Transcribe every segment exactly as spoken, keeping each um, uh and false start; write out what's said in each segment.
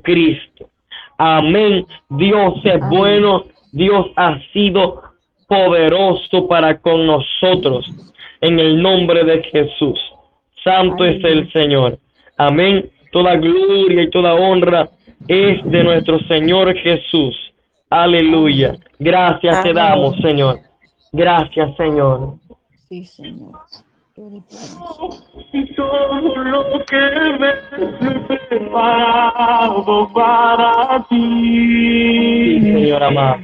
Jesucristo. Amén. Dios es Amén. bueno. Dios ha sido poderoso para con nosotros. En el nombre de Jesús. Santo es el Aleluya. Señor. Amén. Toda gloria y toda honra es de nuestro Señor Jesús. Aleluya. Amén. Gracias te damos, Amén. Señor. Gracias, Señor. Sí, Señor. Tú eres bueno. Y todo lo que me he preparado para ti. Sí, Señor amado.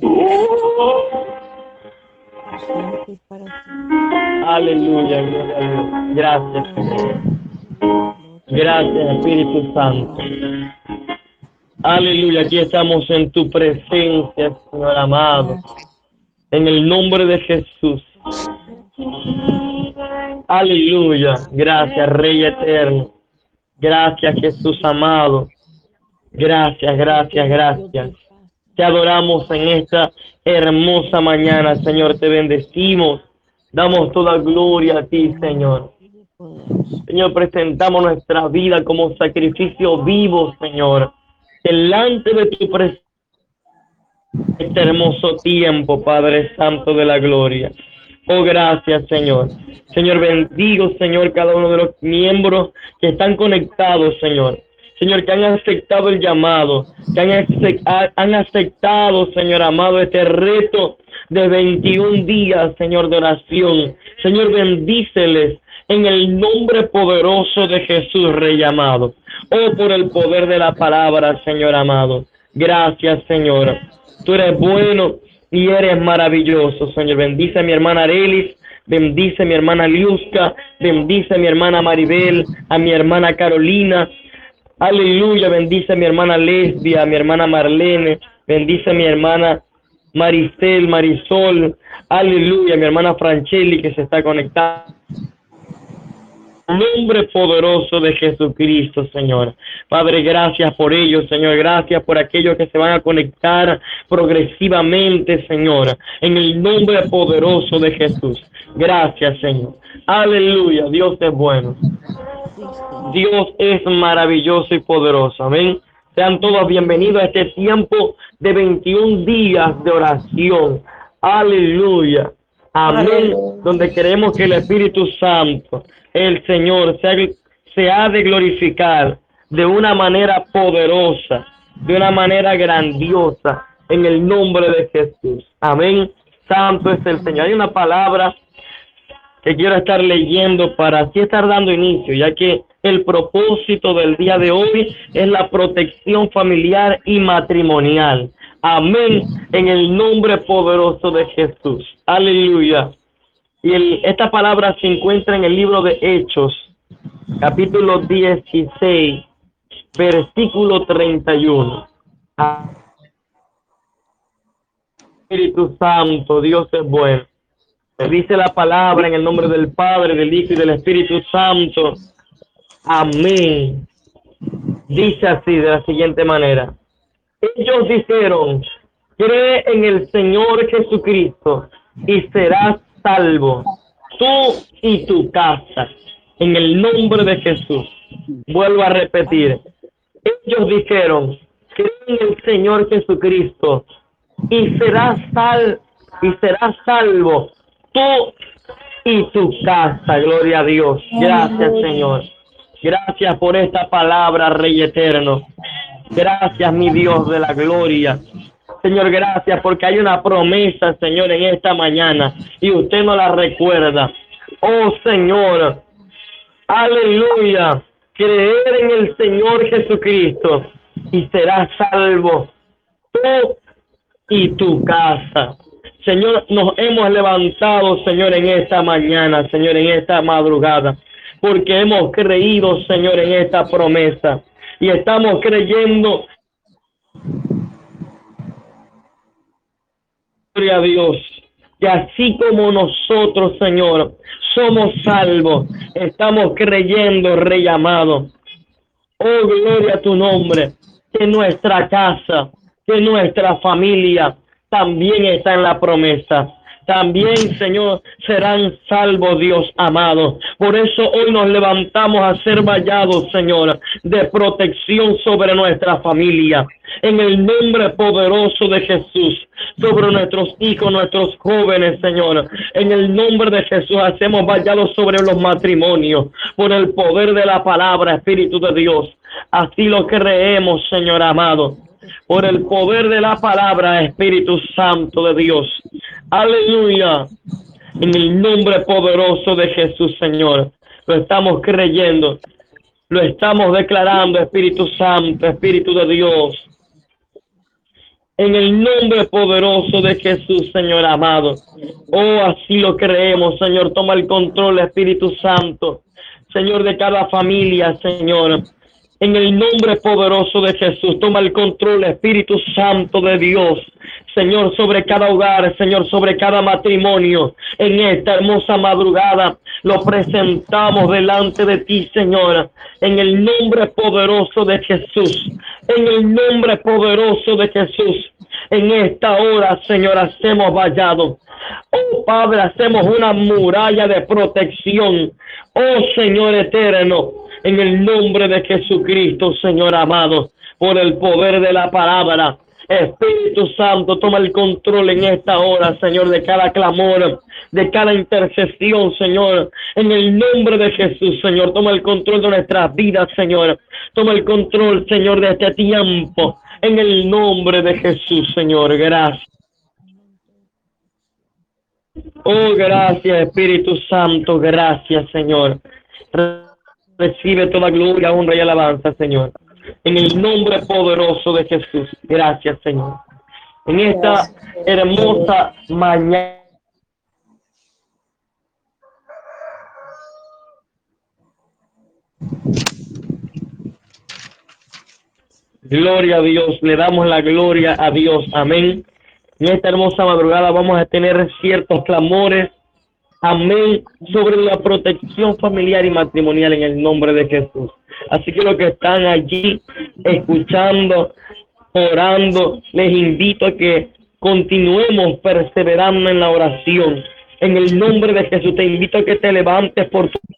Siempre es para ti. Aleluya, gloria a Dios. Gracias, Señor. Gracias, Espíritu Santo. Aleluya, aquí estamos en tu presencia, Señor amado. En el nombre de Jesús. Aleluya. Gracias, Rey eterno. Gracias, Jesús amado. Gracias, gracias, gracias. Te adoramos en esta hermosa mañana, Señor. Te bendecimos. Damos toda gloria a ti, Señor. Señor, presentamos nuestra vida como sacrificio vivo, Señor, delante de tu presencia. Este hermoso tiempo, Padre Santo de la gloria. Oh, gracias, Señor. Señor, bendigo, Señor, cada uno de los miembros que están conectados, Señor. Señor, que han aceptado el llamado, que han, acep- han aceptado, Señor amado, este reto de veintiún días, Señor, de oración. Señor, bendíceles en el nombre poderoso de Jesús, Rey amado. Oh, por el poder de la palabra, Señor amado. Gracias, Señor. Tú eres bueno y eres maravilloso, Señor. Bendice a mi hermana Arelis, bendice a mi hermana Liuska, bendice a mi hermana Maribel, a mi hermana Carolina. Aleluya, bendice a mi hermana Lesbia, a mi hermana Marlene, bendice a mi hermana Maricel, Marisol. Aleluya, mi hermana Franchelli que se está conectando. Nombre poderoso de Jesucristo, Señor. Padre, gracias por ellos, Señor. Gracias por aquellos que se van a conectar progresivamente, Señor. En el nombre poderoso de Jesús. Gracias, Señor. Aleluya. Dios es bueno. Dios es maravilloso y poderoso. Amén. Sean todos bienvenidos a este tiempo de veintiún días de oración. Aleluya. Amén. Aleluya. Donde queremos que el Espíritu Santo, el Señor, se ha, se ha de glorificar de una manera poderosa, de una manera grandiosa, en el nombre de Jesús. Amén. Santo es el Señor. Hay una palabra que quiero estar leyendo para así estar dando inicio, ya que el propósito del día de hoy es la protección familiar y matrimonial. Amén, en el nombre poderoso de Jesús. Aleluya. Y el, esta palabra se encuentra en el libro de Hechos, capítulo dieciséis, versículo treinta y uno. Espíritu Santo, Dios es bueno. Dice la palabra en el nombre del Padre, del Hijo y del Espíritu Santo. Amén. Dice así de la siguiente manera. Ellos dijeron, cree en el Señor Jesucristo y serás salvo, tú y tu casa, en el nombre de Jesús. Vuelvo a repetir. Ellos dijeron, cree en el Señor Jesucristo y serás sal y serás salvo, tú y tu casa. Gloria a Dios. Gracias, Señor. Gracias por esta palabra, Rey eterno. Gracias, mi Dios de la gloria. Señor, gracias porque hay una promesa, Señor, en esta mañana y usted no la recuerda. Oh, Señor. Aleluya. Creer en el Señor Jesucristo y serás salvo, tú y tu casa. Señor, nos hemos levantado, Señor, en esta mañana, Señor, en esta madrugada, porque hemos creído, Señor, en esta promesa y estamos creyendo, gloria a Dios, que así como nosotros, Señor, somos salvos, estamos creyendo, Rey amado. Oh, gloria a tu nombre, que nuestra casa, que nuestra familia también está en la promesa. también, Señor, serán salvos, Dios amado. Por eso hoy nos levantamos a ser vallados, Señor, de protección sobre nuestra familia. En el nombre poderoso de Jesús, sobre nuestros hijos, nuestros jóvenes, Señor. En el nombre de Jesús hacemos vallados sobre los matrimonios, por el poder de la palabra, Espíritu de Dios. Así lo creemos, Señor amado, por el poder de la palabra, Espíritu Santo de Dios. Aleluya. En el nombre poderoso de Jesús, Señor. Lo estamos creyendo. Lo estamos declarando, Espíritu Santo, Espíritu de Dios. En el nombre poderoso de Jesús, Señor amado. Oh, así lo creemos, Señor. Toma el control, Espíritu Santo. Señor, de cada familia, Señor. En el nombre poderoso de Jesús, toma el control, Espíritu Santo de Dios. Señor, sobre cada hogar, Señor, sobre cada matrimonio. En esta hermosa madrugada lo presentamos delante de ti, Señor. En el nombre poderoso de Jesús. En el nombre poderoso de Jesús. En esta hora, Señor, hacemos vallado. Oh, Padre, hacemos una muralla de protección. Oh, Señor eterno. En el nombre de Jesucristo, Señor amado, por el poder de la palabra. Espíritu Santo, toma el control en esta hora, Señor, de cada clamor, de cada intercesión, Señor. En el nombre de Jesús, Señor, toma el control de nuestras vidas, Señor. Toma el control, Señor, de este tiempo. En el nombre de Jesús, Señor, gracias. Oh, gracias, Espíritu Santo, gracias, Señor. Recibe toda gloria, honra y alabanza, Señor. En el nombre poderoso de Jesús. Gracias, Señor. En esta hermosa mañana. Gloria a Dios. Le damos la gloria a Dios. Amén. En esta hermosa madrugada vamos a tener ciertos clamores. Amén, sobre la protección familiar y matrimonial en el nombre de Jesús. Así que los que están allí escuchando, orando, les invito a que continuemos perseverando en la oración. En el nombre de Jesús te invito a que te levantes por tu...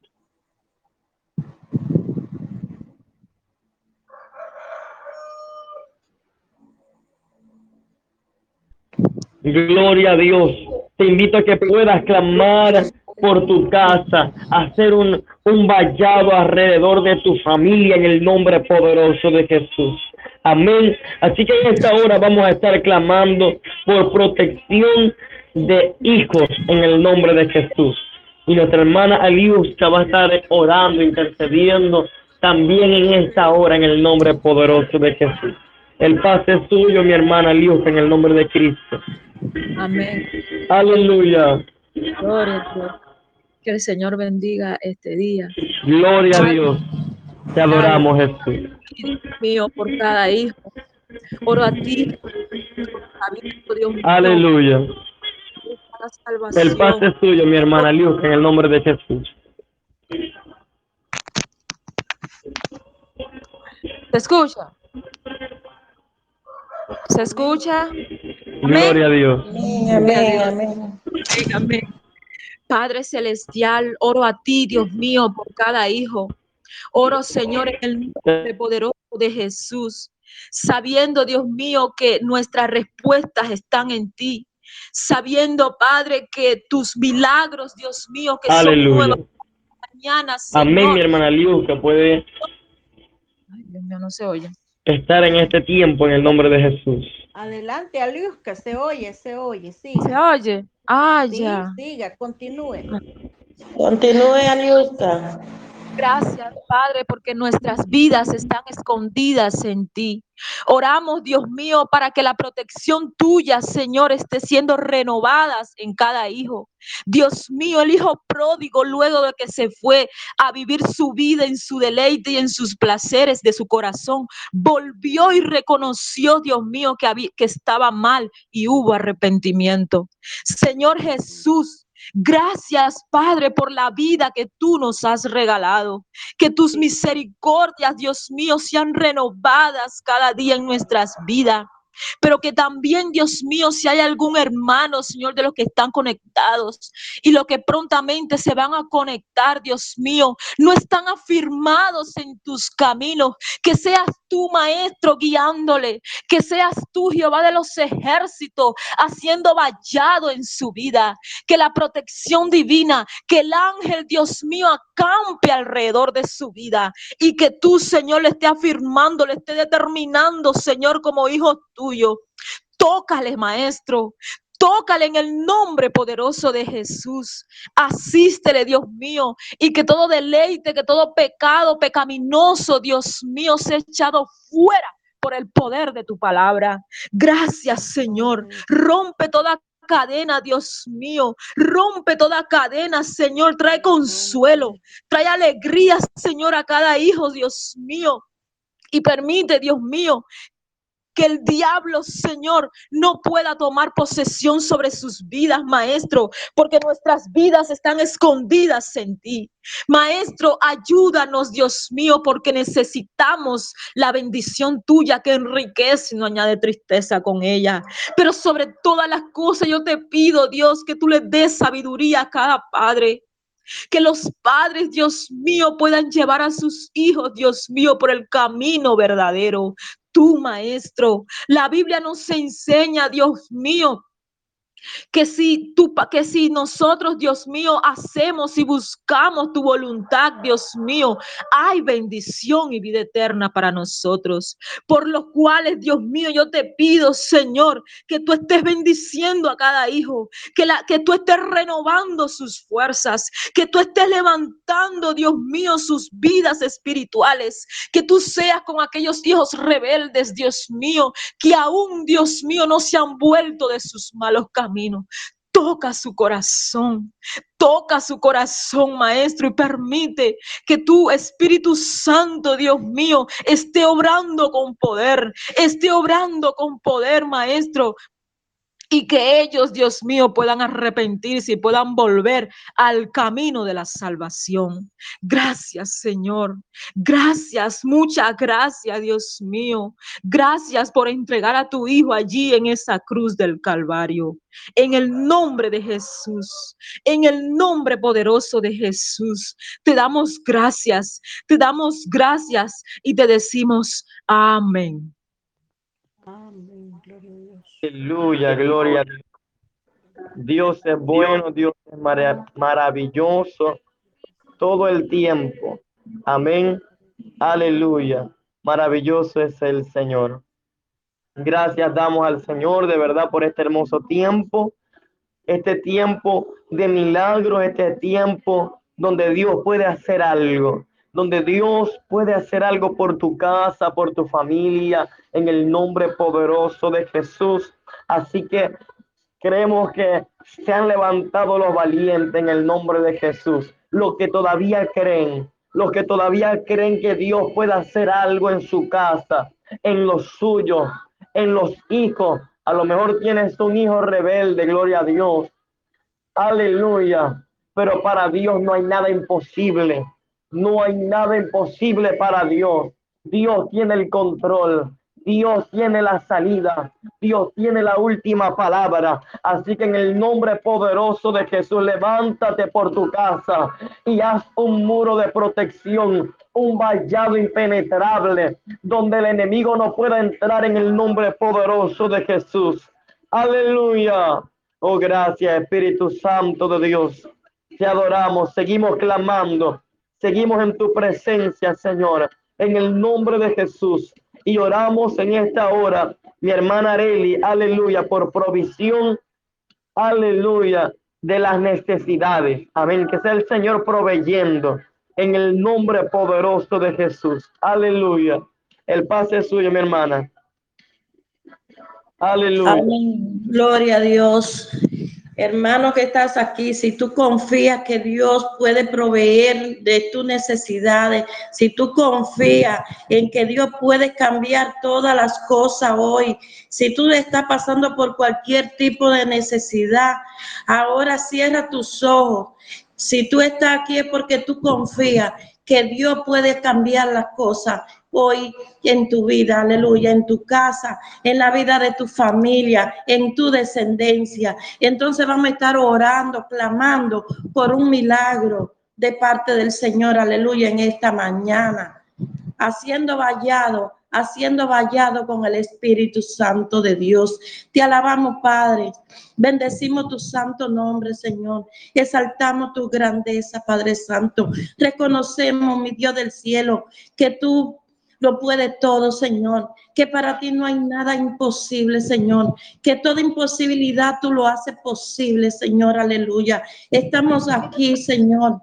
Gloria a Dios. Te invito a que puedas clamar por tu casa, hacer un, un vallado alrededor de tu familia en el nombre poderoso de Jesús. Amén. Así que en esta hora vamos a estar clamando por protección de hijos en el nombre de Jesús. Y nuestra hermana Aliuska va a estar orando, intercediendo también en esta hora en el nombre poderoso de Jesús. El paz es suyo, mi hermana Aliuska, en el nombre de Cristo. Amén. Aleluya. Gloria a Dios. Que el Señor bendiga este día. Gloria a Dios. Te adoramos, Jesús. Dios mío, por cada hijo. Oro a ti, Dios mío. Aleluya. Para salvación. El paz es suyo, mi hermana Lius, en el nombre de Jesús. ¿Se escucha? ¿Se escucha? Amén. Gloria a Dios. Amén, amén, amén. Padre celestial, oro a ti, Dios mío, por cada hijo. Oro, Señor, en el nombre poderoso de Jesús, sabiendo, Dios mío, que nuestras respuestas están en ti, sabiendo, Padre, que tus milagros, Dios mío, que Aleluya. son nuevas mañana, Señor. Amén, mi hermana Lius, que puede Ay, Dios mío, no se oye. estar en este tiempo en el nombre de Jesús. Adelante, Aliuska, se oye, se oye, siga. ¿Se oye? Ah, Sí, ya. siga, continúe. Continúe, Aliuska. Gracias, Padre, porque nuestras vidas están escondidas en ti. Oramos, Dios mío, para que la protección tuya, Señor, esté siendo renovada en cada hijo. Dios mío, el hijo pródigo, luego de que se fue a vivir su vida en su deleite y en sus placeres de su corazón, volvió y reconoció, Dios mío, que, había, que estaba mal y hubo arrepentimiento. Señor Jesús, gracias, Padre, por la vida que tú nos has regalado. Que tus misericordias, Dios mío, sean renovadas cada día en nuestras vidas. pero que también, Dios mío, si hay algún hermano, Señor, de los que están conectados y los que prontamente se van a conectar, Dios mío, no están afirmados en tus caminos, que seas tú, Maestro, guiándole, que seas tú, Jehová de los ejércitos, haciendo vallado en su vida, que la protección divina, que el ángel, Dios mío, acampe alrededor de su vida y que tú, Señor, le esté afirmando, le esté determinando, Señor, como hijo tuyo. Tócale, Maestro. Tócale en el nombre poderoso de Jesús. Asístele, Dios mío, y que todo deleite, que todo pecado pecaminoso, Dios mío, sea echado fuera por el poder de tu palabra. Gracias, Señor. Rompe toda cadena, Dios mío. Rompe toda cadena, Señor. Trae consuelo, trae alegría, Señor, a cada hijo, Dios mío. Y permite, Dios mío, que el diablo, Señor, no pueda tomar posesión sobre sus vidas, Maestro, porque nuestras vidas están escondidas en ti. Maestro, ayúdanos, Dios mío, porque necesitamos la bendición tuya que enriquece y no añade tristeza con ella. Pero sobre todas las cosas yo te pido, Dios, que tú le des sabiduría a cada padre. Que los padres, Dios mío, puedan llevar a sus hijos, Dios mío, por el camino verdadero. Tú, Maestro, la Biblia nos enseña, Dios mío, que si tú, que si nosotros, Dios mío, hacemos y buscamos tu voluntad, Dios mío, hay bendición y vida eterna para nosotros. Por los cuales, Dios mío, yo te pido, Señor, que tú estés bendiciendo a cada hijo, que, la, que tú estés renovando sus fuerzas, que tú estés levantando, Dios mío, sus vidas espirituales, que tú seas con aquellos hijos rebeldes, Dios mío, que aún, Dios mío, no se han vuelto de sus malos caminos. Toca su corazón, toca su corazón, Maestro, y permite que tu Espíritu Santo, Dios mío, esté obrando con poder, esté obrando con poder, Maestro. Y que ellos, Dios mío, puedan arrepentirse y puedan volver al camino de la salvación. Gracias, Señor. Gracias, muchas gracias, Dios mío. Gracias por entregar a tu Hijo allí en esa cruz del Calvario. En el nombre de Jesús, en el nombre poderoso de Jesús, te damos gracias, te damos gracias y te decimos amén. Amén, gloria a Dios. Aleluya, gloria a Dios. Dios es bueno, Dios es mara- maravilloso todo el tiempo. Amén. Aleluya. Maravilloso es el Señor. Gracias damos al Señor de verdad por este hermoso tiempo, este tiempo de milagros, este tiempo donde Dios puede hacer algo, donde Dios puede hacer algo por tu casa, por tu familia, en el nombre poderoso de Jesús. Así que creemos que se han levantado los valientes en el nombre de Jesús, los que todavía creen, los que todavía creen que Dios puede hacer algo en su casa, en los suyos, en los hijos. A lo mejor tienes un hijo rebelde, gloria a Dios. Aleluya. Pero para Dios no hay nada imposible. No hay nada imposible para Dios. Dios tiene el control. Dios tiene la salida. Dios tiene la última palabra. Así que en el nombre poderoso de Jesús, levántate por tu casa y haz un muro de protección, un vallado impenetrable, donde el enemigo no pueda entrar en el nombre poderoso de Jesús. Aleluya. Oh, gracias, Espíritu Santo de Dios. Te adoramos, seguimos clamando, seguimos en tu presencia, Señor, en el nombre de Jesús. Y oramos en esta hora, mi hermana Areli, aleluya, por provisión, aleluya, de las necesidades. Amén, que sea el Señor proveyendo en el nombre poderoso de Jesús. Aleluya. El pase es suyo, mi hermana. Aleluya. Amén. Gloria a Dios. Hermano que estás aquí, si tú confías que Dios puede proveer de tus necesidades, si tú confías en que Dios puede cambiar todas las cosas hoy, si tú estás pasando por cualquier tipo de necesidad, ahora cierra tus ojos. Si tú estás aquí es porque tú confías que Dios puede cambiar las cosas, hoy en tu vida, aleluya, en tu casa, en la vida de tu familia, en tu descendencia. Entonces vamos a estar orando, clamando por un milagro de parte del Señor, aleluya, en esta mañana, haciendo vallado, haciendo vallado con el Espíritu Santo de Dios. Te alabamos, Padre. Bendecimos tu santo nombre, Señor. Exaltamos tu grandeza, Padre Santo. Reconocemos, mi Dios del cielo, que tú lo puedes todo, Señor, que para ti no hay nada imposible, Señor, que toda imposibilidad tú lo haces posible, Señor, aleluya. Estamos aquí, Señor.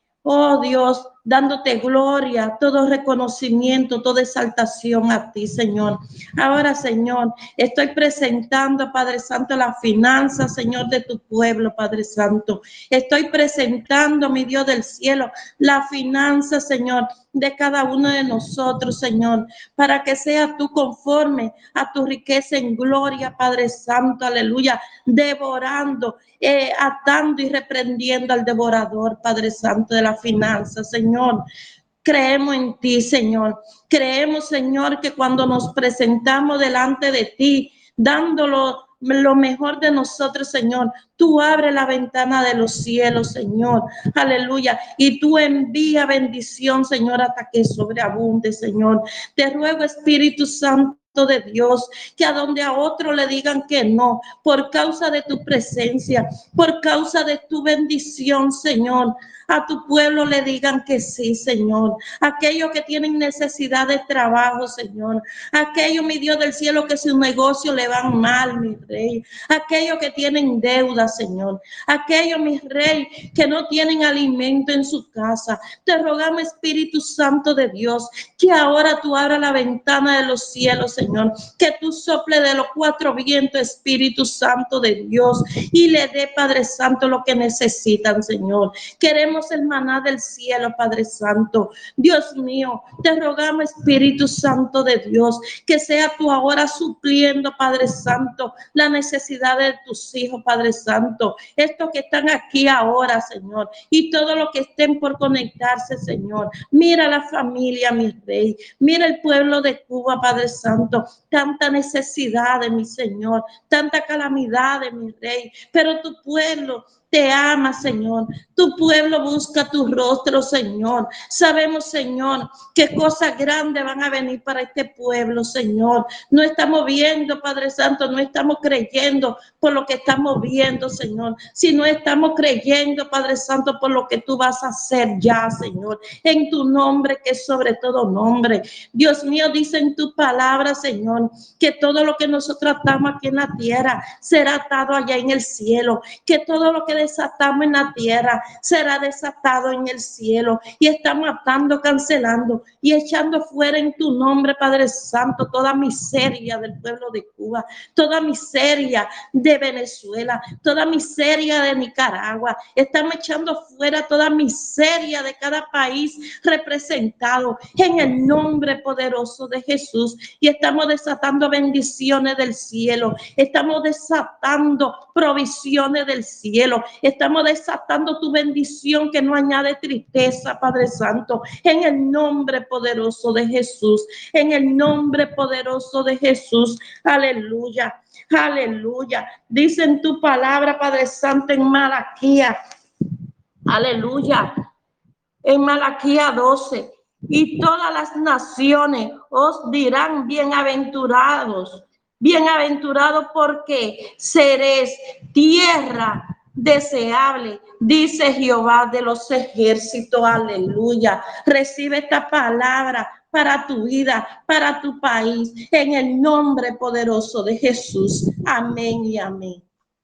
Oh Dios, dándote gloria, todo reconocimiento, toda exaltación a ti, Señor. Ahora, Señor, estoy presentando, Padre Santo, la finanza, Señor, de tu pueblo, Padre Santo. Estoy presentando, mi Dios del cielo, la finanza, Señor, de cada uno de nosotros, Señor, para que sea tú conforme a tu riqueza en gloria, Padre Santo, aleluya, devorando, eh, atando y reprendiendo al devorador, Padre Santo, de la finanza, Señor. Creemos en ti, Señor. Creemos, Señor, que cuando nos presentamos delante de ti, dándolo lo mejor de nosotros, Señor, tú abres la ventana de los cielos, Señor, aleluya, y tú envía bendición, Señor, hasta que sobreabunde, Señor. Te ruego, Espíritu Santo de Dios, que a donde a otro le digan que no, por causa de tu presencia, por causa de tu bendición, Señor, a tu pueblo le digan que sí, Señor. Aquellos que tienen necesidad de trabajo, Señor. Aquellos, mi Dios del cielo, que su negocio le van mal, mi Rey. Aquellos que tienen deuda, Señor. Aquellos, mi Rey, que no tienen alimento en su casa. Te rogamos, Espíritu Santo de Dios, que ahora tú abras la ventana de los cielos, Señor. Que tú sople de los cuatro vientos, Espíritu Santo de Dios, y le dé, Padre Santo, lo que necesitan, Señor. Queremos el maná del cielo, Padre Santo. Dios mío, te rogamos, Espíritu Santo de Dios, que sea tú ahora supliendo, Padre Santo, la necesidad de tus hijos, Padre Santo. Estos que están aquí ahora, Señor, y todos los que estén por conectarse, Señor. Mira la familia, mi Rey. Mira el pueblo de Cuba, Padre Santo. Tanta necesidad de mi Señor, tanta calamidad de mi Rey. Pero tu pueblo te ama, Señor. Tu pueblo busca tu rostro, Señor. Sabemos, Señor, que cosas grandes van a venir para este pueblo, Señor. No estamos viendo, Padre Santo, no estamos creyendo por lo que estamos viendo, Señor, sino estamos creyendo, Padre Santo, por lo que tú vas a hacer ya, Señor, en tu nombre, que es sobre todo nombre. Dios mío, dice en tu palabra, Señor, que todo lo que nosotros atamos aquí en la tierra será atado allá en el cielo, que todo lo que desatamos en la tierra será desatado en el cielo, y estamos atando, cancelando y echando fuera en tu nombre, Padre Santo, toda miseria del pueblo de Cuba, toda miseria de Venezuela, toda miseria de Nicaragua. Estamos echando fuera toda miseria de cada país representado en el nombre poderoso de Jesús, y estamos desatando bendiciones del cielo, estamos desatando provisiones del cielo, estamos desatando tu bendición que no añade tristeza, Padre Santo, en el nombre poderoso de Jesús, en el nombre poderoso de Jesús. Aleluya, aleluya. Dice en tu palabra, Padre Santo, en Malaquía, aleluya, en Malaquía doce, y todas las naciones os dirán bienaventurados, bienaventurados, porque seréis tierra deseable, dice Jehová de los ejércitos. Aleluya. Recibe esta palabra para tu vida, para tu país, en el nombre poderoso de Jesús. Amén y amén.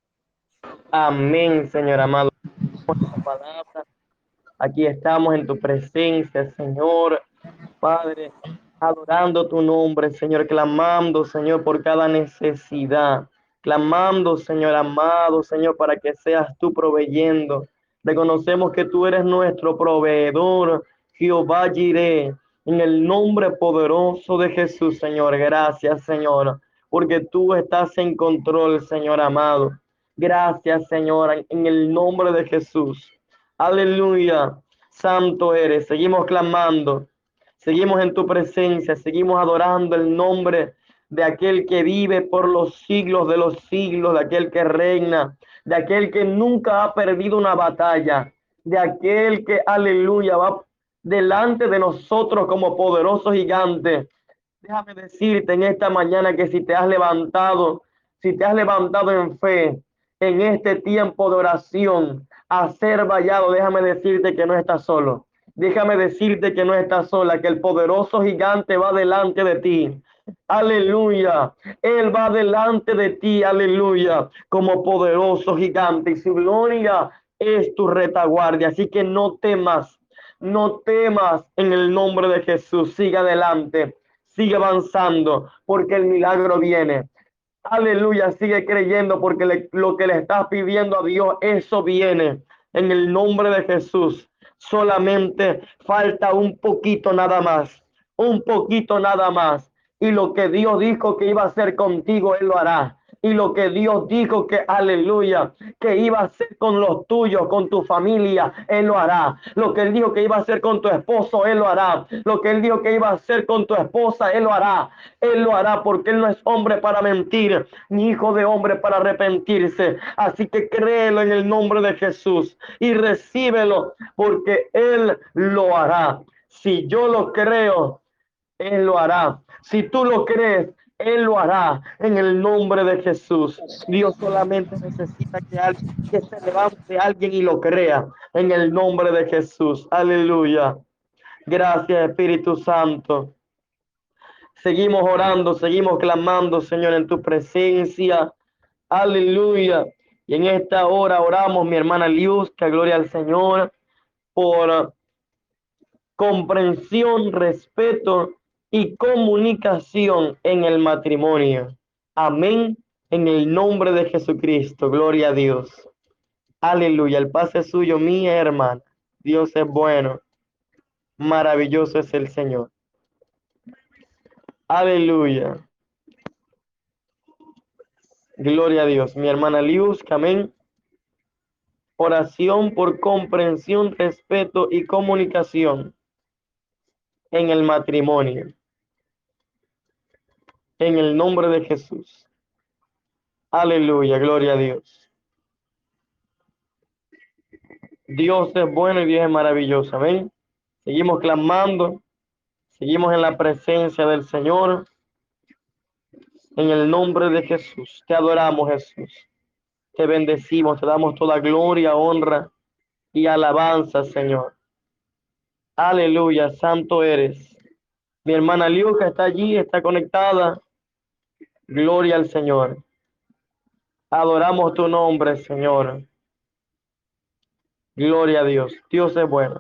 Amén, Señor amado. Esta palabra. Aquí estamos en tu presencia, Señor, Padre, adorando tu nombre, Señor, clamando, Señor, por cada necesidad, clamando, Señor amado, Señor, para que seas tú proveyendo. Reconocemos que tú eres nuestro proveedor, Jehová Jireh, en el nombre poderoso de Jesús, Señor. Gracias, Señor, porque tú estás en control, Señor amado. Gracias, Señor, en el nombre de Jesús. Aleluya, santo eres. Seguimos clamando, Seguimos en tu presencia, seguimos adorando el nombre de aquel que vive por los siglos de los siglos, de aquel que reina, de aquel que nunca ha perdido una batalla, de aquel que, aleluya, va delante de nosotros como poderoso gigante. Déjame decirte en esta mañana que si te has levantado, si te has levantado en fe, en este tiempo de oración, a ser vallado, déjame decirte que no estás solo. Déjame decirte que no estás sola, que el poderoso gigante va delante de ti. Aleluya. Él va delante de ti, aleluya, como poderoso gigante, y su gloria es tu retaguardia. Así que no temas, no temas en el nombre de Jesús. Siga adelante, sigue avanzando, porque el milagro viene. Aleluya, sigue creyendo porque le, lo que le estás pidiendo a Dios, eso viene en el nombre de Jesús. Solamente falta un poquito nada más, un poquito nada más. Y lo que Dios dijo que iba a hacer contigo, Él lo hará. Y lo que Dios dijo que, aleluya, que iba a hacer con los tuyos, con tu familia, Él lo hará. Lo que Él dijo que iba a hacer con tu esposo, Él lo hará. Lo que Él dijo que iba a hacer con tu esposa, Él lo hará. Él lo hará porque Él no es hombre para mentir, ni hijo de hombre para arrepentirse. Así que créelo en el nombre de Jesús y recíbelo porque Él lo hará. Si yo lo creo, Él lo hará. Si tú lo crees, Él lo hará en el nombre de Jesús. Dios solamente necesita que, alguien, que se levante alguien y lo crea en el nombre de Jesús. Aleluya. Gracias, Espíritu Santo. Seguimos orando, seguimos clamando, Señor, en tu presencia. Aleluya. Y en esta hora oramos, mi hermana Liusca, gloria al Señor, por comprensión, respeto y comunicación en el matrimonio. Amén. En el nombre de Jesucristo. Gloria a Dios. Aleluya. El paz es suyo, mi hermana. Dios es bueno. Maravilloso es el Señor. Aleluya. Gloria a Dios. Mi hermana Lius, amén. Oración por comprensión, respeto y comunicación en el matrimonio. En el nombre de Jesús. Aleluya. Gloria a Dios. Dios es bueno y Dios es maravilloso. Amén. Seguimos clamando. Seguimos en la presencia del Señor. En el nombre de Jesús. Te adoramos, Jesús. Te bendecimos. Te damos toda gloria, honra y alabanza, Señor. Aleluya. Santo eres. Mi hermana Liuca está allí, está conectada. Gloria al Señor. Adoramos tu nombre, Señor. Gloria a Dios. Dios es bueno.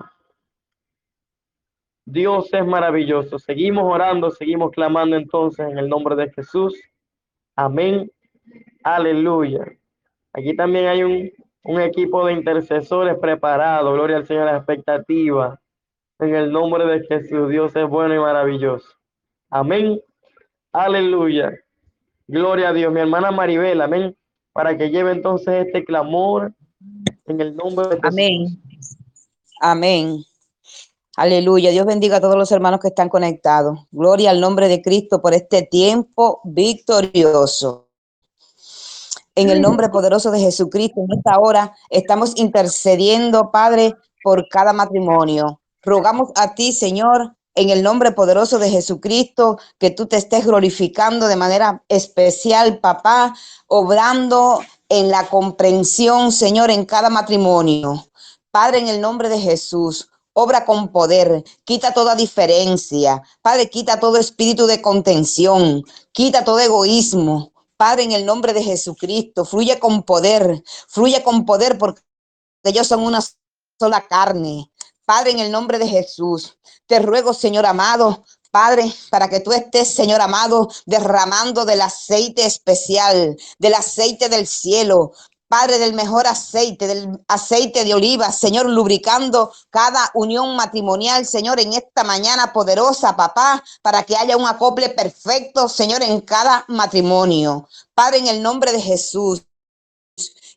Dios es maravilloso. Seguimos orando, seguimos clamando entonces en el nombre de Jesús. Amén. Aleluya. Aquí también hay un, un equipo de intercesores preparado. Gloria al Señor, la expectativa. En el nombre de Jesús. Dios es bueno y maravilloso. Amén. Aleluya. Gloria a Dios. Mi hermana Maribel, amén. Para que lleve entonces este clamor en el nombre de Jesús. Amén. Amén. Aleluya. Dios bendiga a todos los hermanos que están conectados. Gloria al nombre de Cristo por este tiempo victorioso. En el nombre poderoso de Jesucristo, en esta hora estamos intercediendo, Padre, por cada matrimonio. Rogamos a ti, Señor, en el nombre poderoso de Jesucristo, que tú te estés glorificando de manera especial, papá, obrando en la comprensión, Señor, en cada matrimonio. Padre, en el nombre de Jesús, obra con poder, quita toda diferencia. Padre, quita todo espíritu de contención, quita todo egoísmo. Padre, en el nombre de Jesucristo, fluye con poder, fluye con poder porque ellos son una sola carne. Padre, en el nombre de Jesús, te ruego, Señor amado, Padre, para que tú estés, Señor amado, derramando del aceite especial, del aceite del cielo, Padre, del mejor aceite, del aceite de oliva, Señor, lubricando cada unión matrimonial, Señor, en esta mañana poderosa, papá, para que haya un acople perfecto, Señor, en cada matrimonio. Padre, en el nombre de Jesús,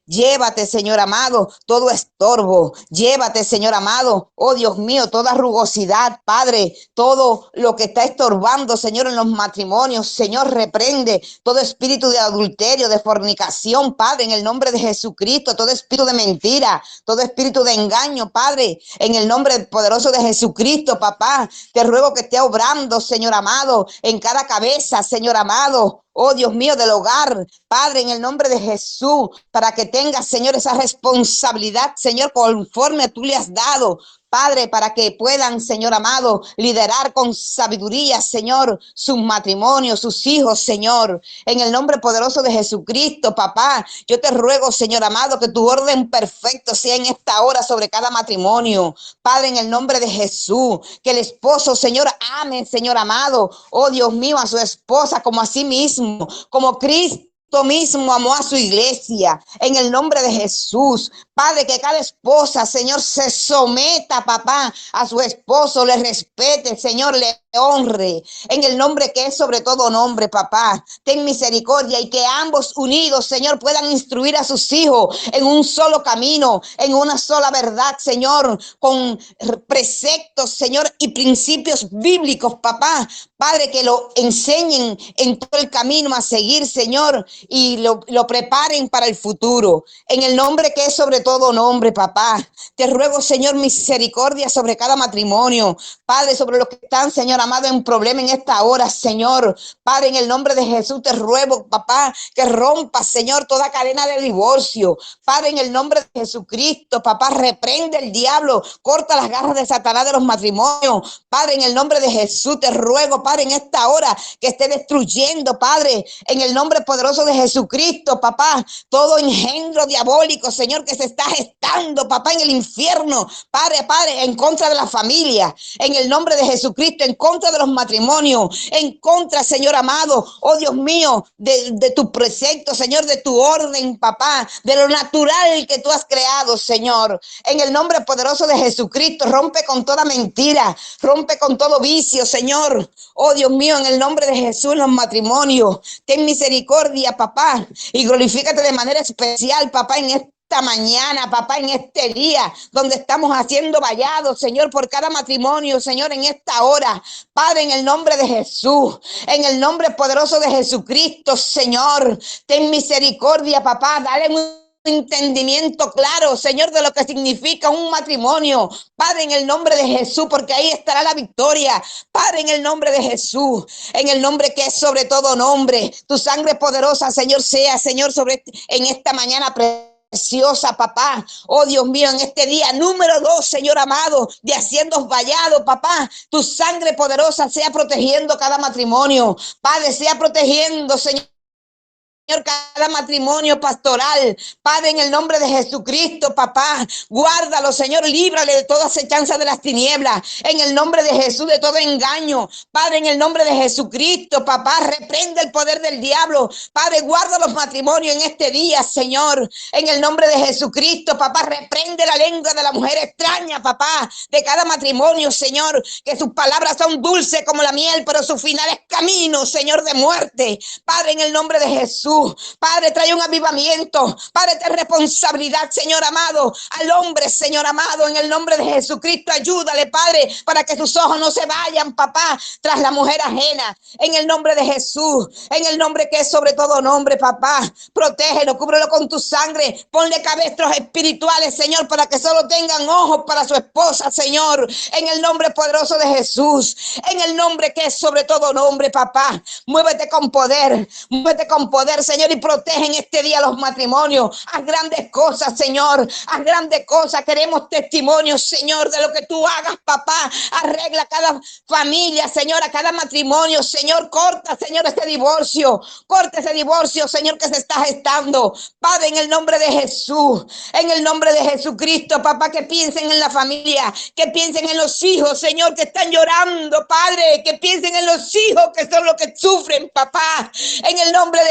Llévate, Señor amado, todo estorbo. Llévate, Señor amado, oh Dios mío, toda rugosidad, Padre, todo lo que está estorbando, Señor, en los matrimonios. Señor, reprende todo espíritu de adulterio, de fornicación, Padre, en el nombre de Jesucristo, todo espíritu de mentira, todo espíritu de engaño, Padre, en el nombre poderoso de Jesucristo, papá. Te ruego que esté obrando, Señor amado, en cada cabeza, Señor amado, oh Dios mío, del hogar, Padre, en el nombre de Jesús, para que tengas, Señor, esa responsabilidad, Señor, conforme tú le has dado, Padre, para que puedan, Señor amado, liderar con sabiduría, Señor, sus matrimonios, sus hijos, Señor, en el nombre poderoso de Jesucristo, papá. Yo te ruego, Señor amado, que tu orden perfecto sea en esta hora sobre cada matrimonio, Padre, en el nombre de Jesús, que el esposo, Señor, ame, Señor amado, oh Dios mío, a su esposa como a sí mismo, como Cristo mismo amó a su iglesia, en el nombre de Jesús. Padre, que cada esposa, Señor, se someta, papá, a su esposo, le respete, Señor, le honre, en el nombre que es sobre todo nombre, papá. Ten misericordia y que ambos unidos, Señor, puedan instruir a sus hijos en un solo camino, en una sola verdad, Señor, con preceptos, Señor, y principios bíblicos, papá. Padre, que lo enseñen en todo el camino a seguir, Señor, y lo, lo preparen para el futuro. En el nombre que es sobre todo nombre, papá. Te ruego, Señor, misericordia sobre cada matrimonio. Padre, sobre los que están, Señor amado, en problema en esta hora, Señor. Padre, en el nombre de Jesús te ruego, papá, que rompa, Señor, toda cadena de divorcio. Padre, en el nombre de Jesucristo, papá, reprende el diablo, corta las garras de Satanás de los matrimonios. Padre, en el nombre de Jesús te ruego, Padre, en esta hora que esté destruyendo, Padre, en el nombre poderoso de Jesucristo, papá, todo engendro diabólico, Señor, que se está gestando, papá, en el infierno, Padre, Padre, en contra de la familia, en el nombre de Jesucristo, en contra de los matrimonios, en contra, Señor amado, oh Dios mío, de, de tu precepto, Señor, de tu orden, papá, de lo natural que tú has creado, Señor, en el nombre poderoso de Jesucristo, rompe con toda mentira, rompe con todo vicio, Señor, oh Dios mío, en el nombre de Jesús, en los matrimonios, ten misericordia, papá, y glorifícate de manera especial, papá, en este esta mañana, papá, en este día donde estamos haciendo vallados, Señor, por cada matrimonio, Señor, en esta hora, Padre, en el nombre de Jesús, en el nombre poderoso de Jesucristo, Señor, ten misericordia, papá, dale un entendimiento claro, Señor, de lo que significa un matrimonio, Padre, en el nombre de Jesús, porque ahí estará la victoria, Padre, en el nombre de Jesús, en el nombre que es sobre todo nombre, tu sangre poderosa, Señor, sea, Señor, sobre en esta mañana preciosa, papá, oh Dios mío, en este día número dos, Señor amado, de haciendo vallado, papá, tu sangre poderosa sea protegiendo cada matrimonio, Padre, sea protegiendo, Señor, Señor, cada matrimonio pastoral, Padre, en el nombre de Jesucristo, papá, guárdalo, Señor, líbrale de toda acechanza de las tinieblas, en el nombre de Jesús, de todo engaño, Padre, en el nombre de Jesucristo, papá, reprende el poder del diablo, Padre, guarda los matrimonios en este día, Señor, en el nombre de Jesucristo, papá, reprende la lengua de la mujer extraña, papá, de cada matrimonio, Señor, que sus palabras son dulces como la miel, pero su final es camino, Señor, de muerte, Padre, en el nombre de Jesús. Padre, trae un avivamiento, Padre, ten responsabilidad, Señor amado, al hombre, Señor amado, en el nombre de Jesucristo, ayúdale, Padre, para que sus ojos no se vayan, papá, tras la mujer ajena, en el nombre de Jesús, en el nombre que es sobre todo nombre, papá, protégelo, cúbrelo con tu sangre, ponle cabestros espirituales, Señor, para que solo tengan ojos para su esposa, Señor, en el nombre poderoso de Jesús, en el nombre que es sobre todo nombre, papá, muévete con poder, muévete con poder, Señor, y protege en este día los matrimonios. Haz grandes cosas, Señor. Haz grandes cosas. Queremos testimonios, Señor, de lo que tú hagas, papá. Arregla cada familia, Señor, a cada matrimonio, Señor. Corta, Señor, este divorcio. Corta ese divorcio, Señor, que se está gestando. Padre, en el nombre de Jesús, en el nombre de Jesucristo, papá, que piensen en la familia, que piensen en los hijos, Señor, que están llorando, Padre, que piensen en los hijos que son los que sufren, papá, en el nombre de Jesús.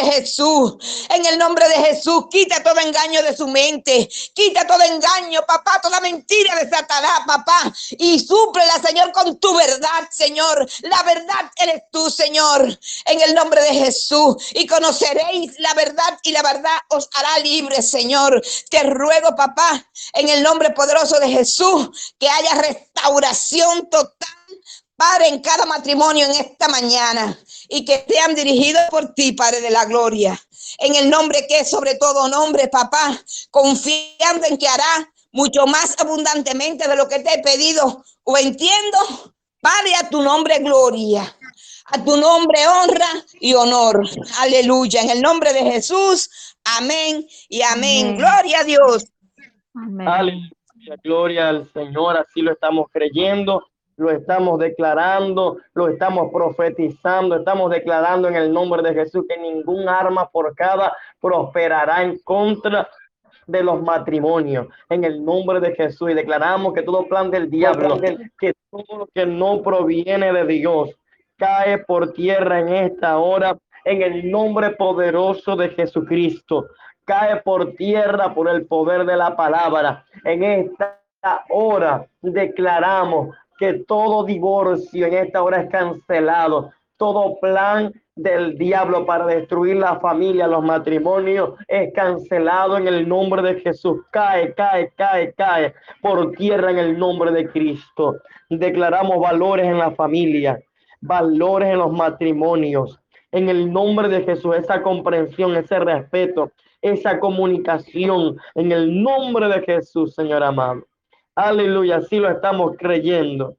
Jesús. En el nombre de Jesús, quita todo engaño de su mente. Quita todo engaño, papá, toda mentira de Satanás, papá. Y súplela, Señor, con tu verdad, Señor. La verdad eres tú, Señor. En el nombre de Jesús. Y conoceréis la verdad y la verdad os hará libres, Señor. Te ruego, papá, en el nombre poderoso de Jesús, que haya restauración total, Padre, en cada matrimonio en esta mañana, y que sean dirigidos por ti, Padre de la gloria, en el nombre que es sobre todo nombre, papá, confiando en que hará mucho más abundantemente de lo que te he pedido o entiendo. Padre, a tu nombre gloria, a tu nombre honra y honor. Aleluya, en el nombre de Jesús, amén y amén. Amén. Gloria a Dios. Amén. Aleluya, gloria al Señor, así lo estamos creyendo, lo estamos declarando, lo estamos profetizando, estamos declarando en el nombre de Jesús que ningún arma forjada prosperará en contra de los matrimonios, en el nombre de Jesús, y declaramos que todo plan del diablo, que todo lo que no proviene de Dios, cae por tierra en esta hora, en el nombre poderoso de Jesucristo. Cae por tierra por el poder de la palabra. En esta hora declaramos que todo divorcio en esta hora es cancelado. Todo plan del diablo para destruir la familia, los matrimonios, es cancelado en el nombre de Jesús. Cae, cae, cae, cae por tierra en el nombre de Cristo. Declaramos valores en la familia, valores en los matrimonios. En el nombre de Jesús, esa comprensión, ese respeto, esa comunicación, en el nombre de Jesús, Señor amado. Aleluya, así lo estamos creyendo.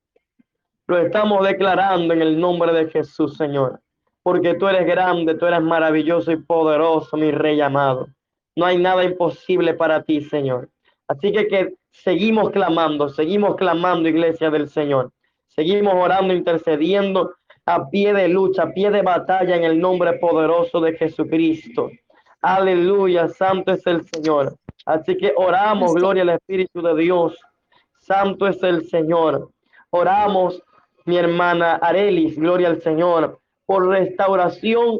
Lo estamos declarando en el nombre de Jesús, Señor. Porque tú eres grande, tú eres maravilloso y poderoso, mi Rey amado. No hay nada imposible para ti, Señor. Así que, que seguimos clamando, seguimos clamando, iglesia del Señor. Seguimos orando, intercediendo a pie de lucha, a pie de batalla en el nombre poderoso de Jesucristo. Aleluya, santo es el Señor. Así que oramos, gloria al Espíritu de Dios. Santo es el Señor. Oramos, mi hermana Arelis, gloria al Señor, por restauración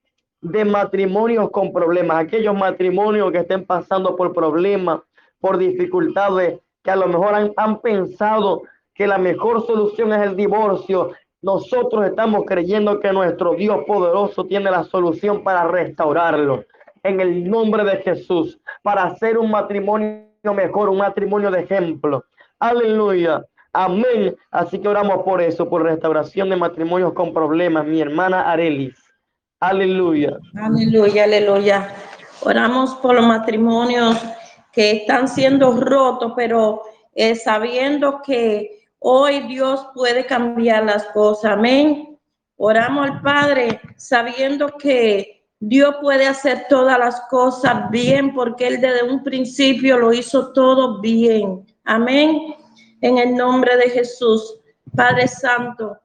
de matrimonios con problemas. Aquellos matrimonios que estén pasando por problemas, por dificultades, que a lo mejor han, han pensado que la mejor solución es el divorcio. Nosotros estamos creyendo que nuestro Dios poderoso tiene la solución para restaurarlo. En el nombre de Jesús, para hacer un matrimonio mejor, un matrimonio de ejemplo. Aleluya. Amén. Así que oramos por eso, por restauración de matrimonios con problemas. Mi hermana Arelis. Aleluya. Aleluya, aleluya. Oramos por los matrimonios que están siendo rotos, pero eh, sabiendo que hoy Dios puede cambiar las cosas. Amén. Oramos al Padre sabiendo que Dios puede hacer todas las cosas bien, porque Él desde un principio lo hizo todo bien. Amén. En el nombre de Jesús, Padre Santo,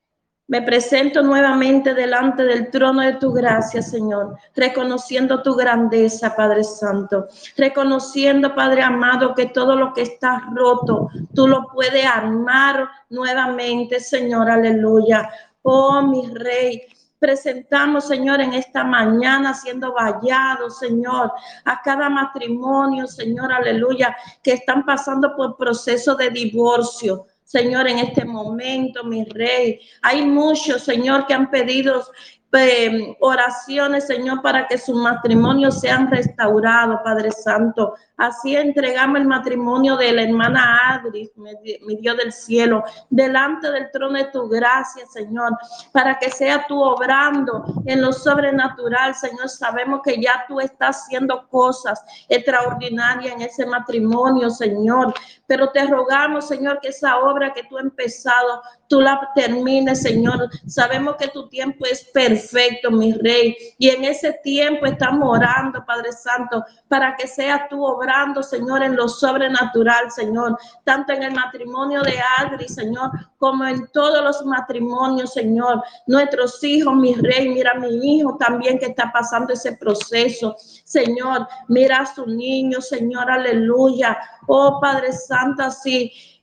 me presento nuevamente delante del trono de tu gracia, Señor, reconociendo tu grandeza, Padre Santo, reconociendo, Padre amado, que todo lo que está roto, tú lo puedes armar nuevamente, Señor, aleluya. Oh, mi Rey, presentamos, Señor, en esta mañana siendo vallados, Señor, a cada matrimonio, Señor, aleluya, que están pasando por proceso de divorcio. Señor, en este momento, mi Rey, hay muchos, Señor, que han pedido eh, oraciones, Señor, para que sus matrimonios sean restaurados, Padre Santo. Así entregamos el matrimonio de la hermana Adri, mi, mi Dios del cielo, delante del trono de tu gracia, Señor, para que sea tú obrando en lo sobrenatural, Señor. Sabemos que ya tú estás haciendo cosas extraordinarias en ese matrimonio, Señor, pero te rogamos, Señor, que esa obra que tú has empezado, tú la termines, Señor. Sabemos que tu tiempo es perfecto, mi Rey, y en ese tiempo estamos orando, Padre Santo, para que sea tú obrando, Señor, en lo sobrenatural, Señor, tanto en el matrimonio de Adri, Señor, como en todos los matrimonios, Señor. Nuestros hijos, mi Rey, mira a mi hijo también que está pasando ese proceso, Señor, mira a su niño, Señor, aleluya. Oh, Padre Santo, así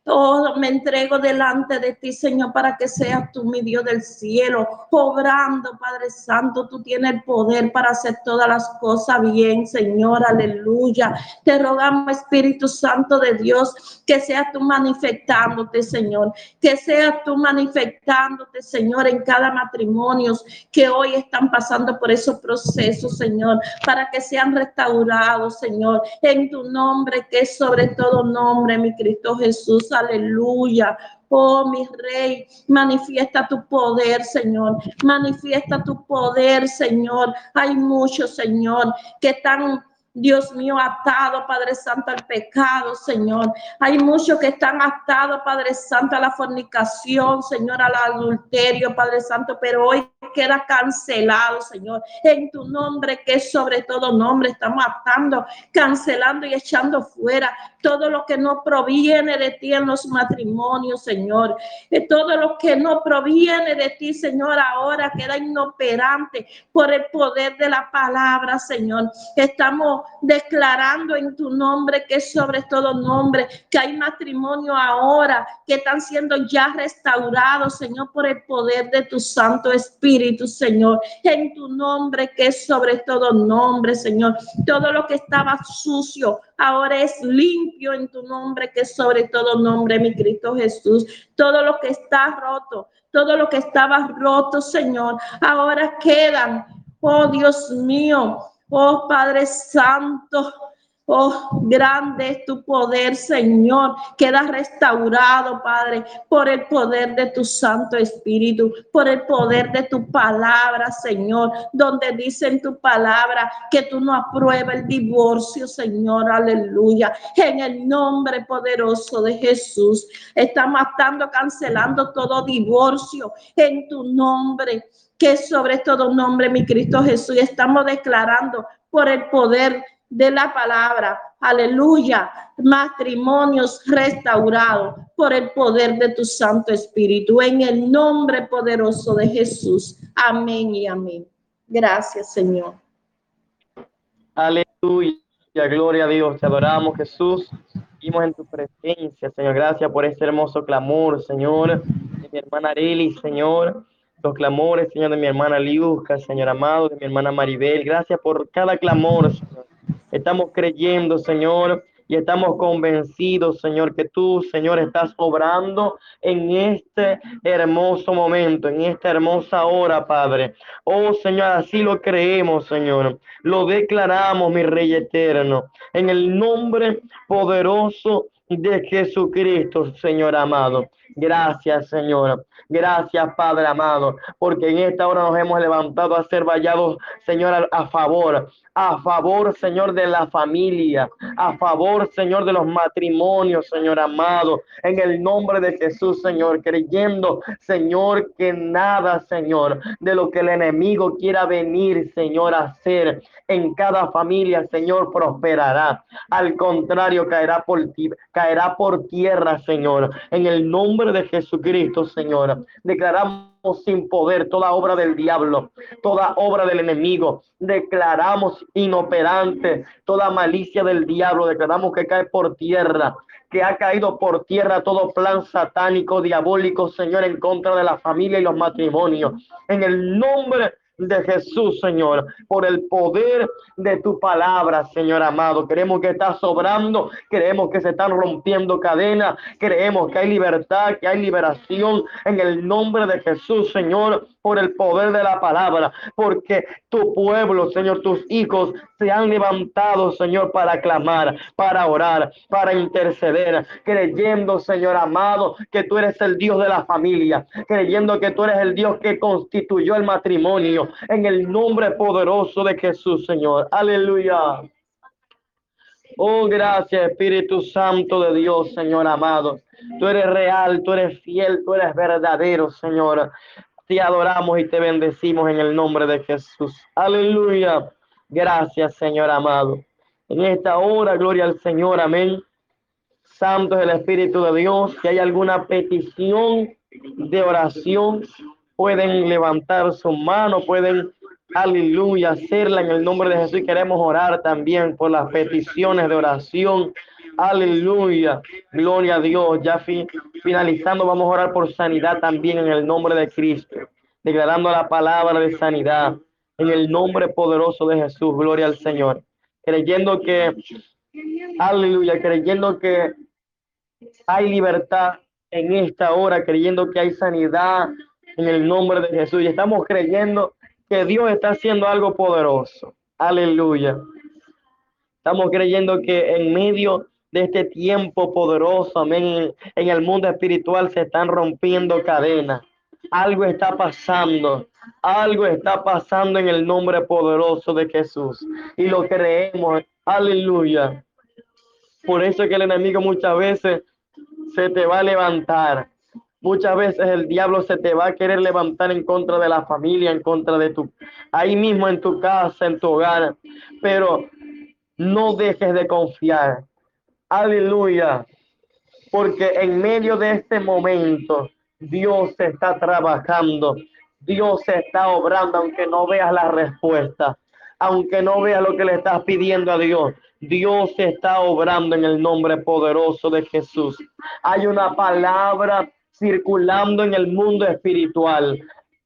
Oh, me entrego delante de ti, Señor, para que seas tú, mi Dios del cielo, obrando, Padre Santo. Tú tienes el poder para hacer todas las cosas bien, Señor, aleluya. Te rogamos, Espíritu Santo de Dios, que seas tú manifestándote, Señor, que seas tú manifestándote, Señor, en cada matrimonio que hoy están pasando por esos procesos, Señor, para que sean restaurados, Señor, en tu nombre, que es sobre todo nombre, mi Cristo Jesús, aleluya. Oh, mi Rey, manifiesta tu poder, Señor, manifiesta tu poder, Señor. Hay muchos, Señor, que están, Dios mío, atados, Padre Santo, al pecado, Señor. Hay muchos que están atados, Padre Santo, a la fornicación, Señor, al adulterio, Padre Santo, pero hoy queda cancelado, Señor, en tu nombre, que es sobre todo nombre. Estamos atando, cancelando y echando fuera todo lo que no proviene de ti en los matrimonios, Señor. Y todo lo que no proviene de ti, Señor, ahora queda inoperante por el poder de la palabra, Señor. Estamos declarando en tu nombre, que es sobre todo nombre, que hay matrimonio ahora que están siendo ya restaurados, Señor, por el poder de tu Santo Espíritu, Señor, en tu nombre, que es sobre todo nombre, Señor. Todo lo que estaba sucio ahora es limpio en tu nombre, que es sobre todo nombre, mi Cristo Jesús. Todo lo que está roto, todo lo que estaba roto, Señor, ahora quedan. Oh, Dios mío, oh, Padre Santo. Oh, grande es tu poder, Señor. Queda restaurado, Padre, por el poder de tu Santo Espíritu, por el poder de tu palabra, Señor, donde dice en tu palabra que tú no apruebas el divorcio, Señor, aleluya. En el nombre poderoso de Jesús, estamos atando, cancelando todo divorcio en tu nombre, que es sobre todo nombre, mi Cristo Jesús. Y estamos declarando por el poder de la palabra, aleluya, matrimonios restaurados por el poder de tu Santo Espíritu, en el nombre poderoso de Jesús. Amén y amén. Gracias, Señor. Aleluya, gloria a Dios, te adoramos, Jesús. Vimos en tu presencia, Señor. Gracias por este hermoso clamor, Señor, de mi hermana Arely, Señor. Los clamores, Señor, de mi hermana Liusca, Señor amado, de mi hermana Maribel. Gracias por cada clamor, Señor. Estamos creyendo, Señor, y estamos convencidos, Señor, que tú, Señor, estás obrando en este hermoso momento, en esta hermosa hora, Padre. Oh, Señor, así lo creemos, Señor. Lo declaramos, mi Rey eterno, en el nombre poderoso de Jesucristo, Señor amado. Gracias, Señor. Gracias, Padre amado, porque en esta hora nos hemos levantado a ser vallados, Señor, a, a favor, a favor, Señor, de la familia, a favor, Señor, de los matrimonios, Señor amado, en el nombre de Jesús, Señor, creyendo, Señor, que nada, Señor, de lo que el enemigo quiera venir, Señor, a hacer en cada familia, Señor, prosperará. Al contrario, caerá por ti, caerá por tierra, Señor, en el nombre de Jesucristo, Señor. Declaramos sin poder toda obra del diablo, toda obra del enemigo. Declaramos inoperante toda malicia del diablo. Declaramos que cae por tierra, que ha caído por tierra todo plan satánico, diabólico, Señor, en contra de la familia y los matrimonios. En el nombre de Jesús, Señor, por el poder de tu palabra, Señor amado. Creemos que está sobrando, creemos que se están rompiendo cadenas, creemos que hay libertad, que hay liberación en el nombre de Jesús, Señor, por el poder de la palabra, porque tu pueblo, Señor, tus hijos se han levantado, Señor, para clamar, para orar, para interceder, creyendo, Señor amado, que tú eres el Dios de la familia, creyendo que tú eres el Dios que constituyó el matrimonio, en el nombre poderoso de Jesús, Señor. Aleluya. Oh, gracias, Espíritu Santo de Dios, Señor amado. Tú eres real, tú eres fiel, tú eres verdadero, Señor. Te adoramos y te bendecimos en el nombre de Jesús. Aleluya. Gracias, Señor amado. En esta hora, gloria al Señor. Amén. Santo es el Espíritu de Dios. Si hay alguna petición de oración, pueden levantar su mano, pueden, aleluya, hacerla en el nombre de Jesús. Y queremos orar también por las peticiones de oración Aleluya. Gloria a Dios. Ya fi- finalizando, vamos a orar por sanidad también en el nombre de Cristo. Declarando la palabra de sanidad en el nombre poderoso de Jesús. Gloria al Señor. Creyendo que, aleluya, creyendo que hay libertad en esta hora, creyendo que hay sanidad en el nombre de Jesús. Y estamos creyendo que Dios está haciendo algo poderoso. Aleluya. Estamos creyendo que en medio de este tiempo poderoso, amén, en el mundo espiritual se están rompiendo cadenas. Algo está pasando, algo está pasando en el nombre poderoso de Jesús. Y lo creemos, aleluya. Por eso es que el enemigo muchas veces se te va a levantar. Muchas veces el diablo se te va a querer levantar en contra de la familia, en contra de tu, ahí mismo en tu casa, en tu hogar. Pero no dejes de confiar. Aleluya. Porque en medio de este momento, Dios está trabajando. Dios está obrando, aunque no veas la respuesta. Aunque no veas lo que le estás pidiendo a Dios. Dios está obrando en el nombre poderoso de Jesús. Hay una palabra circulando en el mundo espiritual.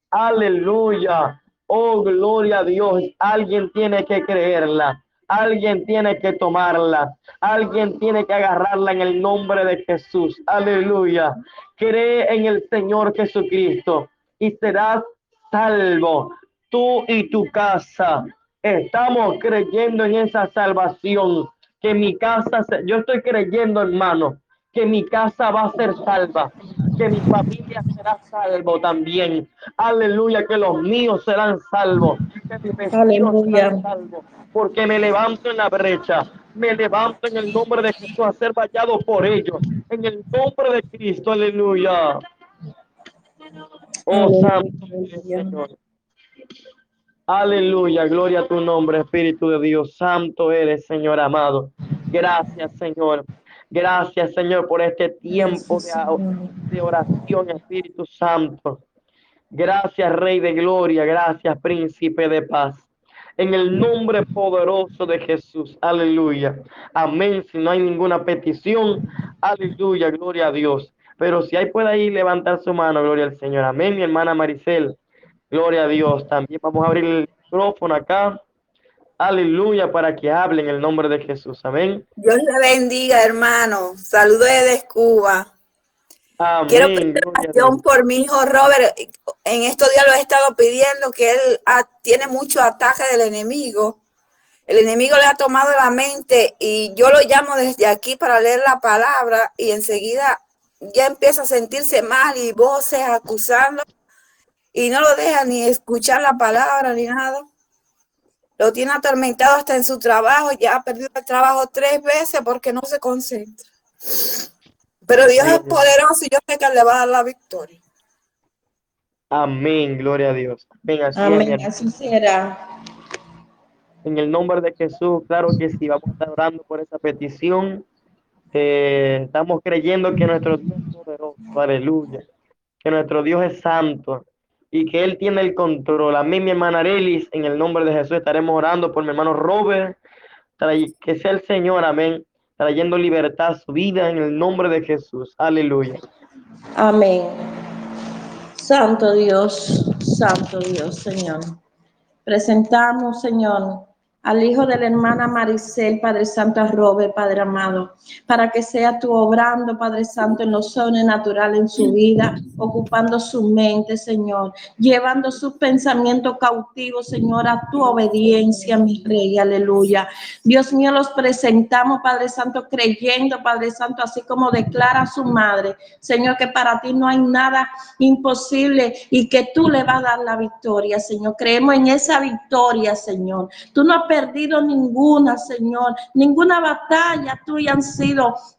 Aleluya. Oh, gloria a Dios. Alguien tiene que creerla. Alguien tiene que tomarla. Alguien tiene que agarrarla en el nombre de Jesús. Aleluya. Cree en el Señor Jesucristo y serás salvo. Tú y tu casa. Estamos creyendo en esa salvación. Que mi casa, se... yo estoy creyendo, hermano, que mi casa va a ser salva. Que mi familia será salvo también. Aleluya, que los míos serán salvos. Que mis vecinos Aleluya. serán salvos. Porque me levanto en la brecha. Me levanto en el nombre de Jesús a ser vallado por ellos. En el nombre de Cristo, aleluya. Oh, santo eres, Señor. Aleluya, gloria a tu nombre, Espíritu de Dios. Santo eres, Señor amado. Gracias, Señor. Gracias, Señor, por este tiempo de, de oración, Espíritu Santo. Gracias, Rey de Gloria. Gracias, Príncipe de Paz. En el nombre poderoso de Jesús. Aleluya. Amén. Si no hay ninguna petición, aleluya, gloria a Dios. Pero si hay, puede ahí levantar su mano, gloria al Señor. Amén, mi hermana Maricel. Gloria a Dios. También vamos a abrir el micrófono acá. Aleluya, para que hable en el nombre de Jesús. Amén. Dios le bendiga, hermano. Saludos desde Cuba. Amén. Quiero pedir oración por mi hijo Robert. En estos días lo he estado pidiendo, que él ha, tiene mucho ataque del enemigo. El enemigo le ha tomado la mente y yo lo llamo desde aquí para leer la palabra y enseguida ya empieza a sentirse mal y voces acusando y no lo deja ni escuchar la palabra ni nada. Lo tiene atormentado hasta en su trabajo. Ya ha perdido el trabajo tres veces porque no se concentra. Pero Dios es poderoso y yo sé que Él le va a dar la victoria. Amén, gloria a Dios. Venga, así, Amén, así será. en el nombre de Jesús, claro que sí, vamos a estar orando por esa petición. Eh, estamos creyendo que nuestro Dios es poderoso, aleluya, que nuestro Dios es santo y que Él tiene el control. Amén, mi hermana Arelis, en el nombre de Jesús estaremos orando por mi hermano Robert, que sea el Señor, amén, trayendo libertad a su vida en el nombre de Jesús, aleluya. Amén. Santo Dios, Santo Dios, Señor. Presentamos, Señor, al hijo de la hermana Maricel, Padre Santo, a Robert, Padre amado, para que sea tú obrando, Padre Santo, en lo sobrenatural en su vida, ocupando su mente, Señor, llevando sus pensamientos cautivos, Señor, a tu obediencia, mi Rey, aleluya. Dios mío, los presentamos, Padre Santo, creyendo, Padre Santo, así como declara su madre, Señor, que para ti no hay nada imposible y que tú le vas a dar la victoria, Señor. Creemos en esa victoria, Señor. Tú no has perdido ninguna, Señor. Ninguna batalla tuya han sido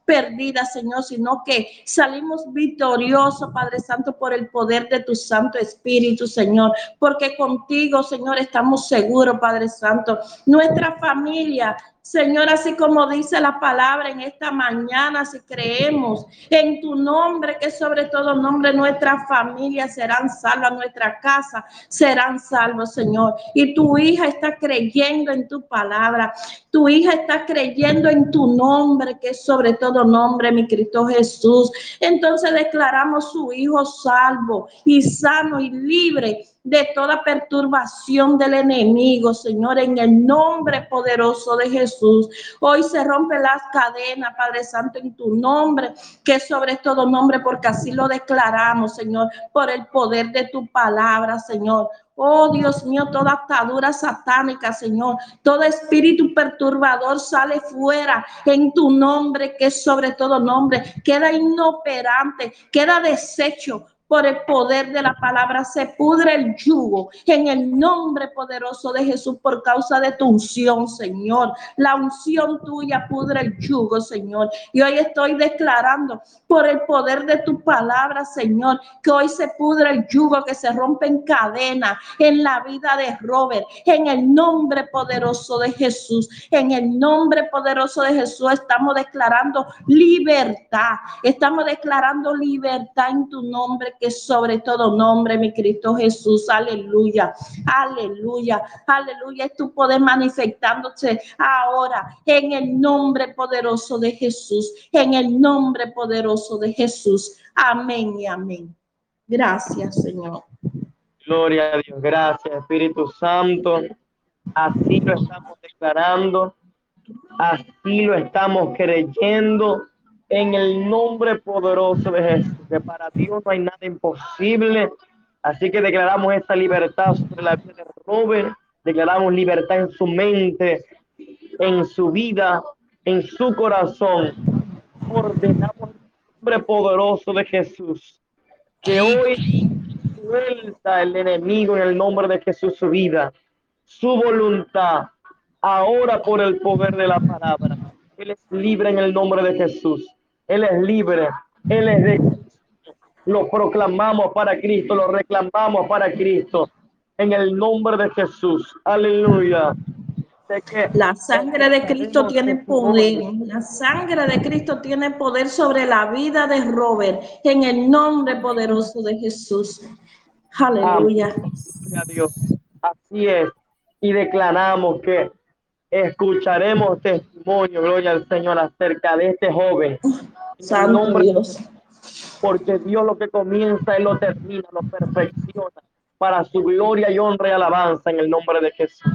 perdidas, Señor, sino que salimos victoriosos, Padre Santo, por el poder de tu Santo Espíritu, Señor, porque contigo, Señor, estamos seguros, Padre Santo. Nuestra familia, Señor, así como dice la palabra en esta mañana, si creemos en tu nombre, que sobre todo nombre, nuestras familias serán salvas, nuestra casa serán salvos, Señor. Y tu hija está creyendo en tu palabra, tu hija está creyendo en tu nombre, que es sobre todo nombre, mi Cristo Jesús. Entonces declaramos su hijo salvo y sano y libre de toda perturbación del enemigo, Señor, en el nombre poderoso de Jesús. Hoy se rompen las cadenas, Padre Santo, en tu nombre, que es sobre todo nombre, porque así lo declaramos, Señor, por el poder de tu palabra, Señor. Oh, Dios mío, toda atadura satánica, Señor, todo espíritu perturbador sale fuera en tu nombre, que es sobre todo nombre, queda inoperante, queda deshecho por el poder de la palabra, se pudre el yugo en el nombre poderoso de Jesús por causa de tu unción, Señor. La unción tuya pudre el yugo, Señor. Y hoy estoy declarando por el poder de tu palabra, Señor, que hoy se pudre el yugo, que se rompen cadenas en la vida de Robert, en el nombre poderoso de Jesús. En el nombre poderoso de Jesús estamos declarando libertad, estamos declarando libertad en tu nombre, que es sobre todo nombre, mi Cristo Jesús. Aleluya, aleluya, aleluya. Es tu poder manifestándose ahora en el nombre poderoso de Jesús, en el nombre poderoso de Jesús. Amén y amén. Gracias, Señor. Gloria a Dios. Gracias, Espíritu Santo. Así lo estamos declarando, así lo estamos creyendo en el nombre poderoso de Jesús, que para Dios no hay nada imposible. Así que declaramos esa libertad sobre la vida de Robert, declaramos libertad en su mente, en su vida, en su corazón. Ordenamos el nombre poderoso de Jesús, que hoy suelta el enemigo en el nombre de Jesús su vida, su voluntad, ahora por el poder de la palabra. Él es libre en el nombre de Jesús. Él es libre. Él es de Cristo. Lo proclamamos para Cristo, lo reclamamos para Cristo. En el nombre de Jesús. Aleluya. Que la sangre de Cristo tiene poder. La sangre de Cristo tiene poder sobre la vida de Robert. En el nombre poderoso de Jesús. Aleluya. Gloria a Dios. Así es. Y declaramos que escucharemos testimonio, gloria al Señor, acerca de este joven. Santo nombre, Dios. Porque Dios lo que comienza, Él lo termina, lo perfecciona para su gloria y honra y alabanza en el nombre de Jesús.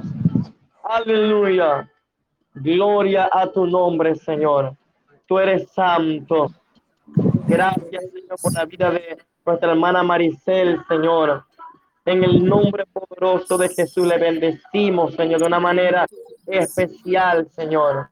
Aleluya. Gloria a tu nombre, Señor. Tú eres santo. Gracias, Señor, por la vida de nuestra hermana Maricel, Señor. En el nombre poderoso de Jesús le bendecimos, Señor, de una manera especial, Señor.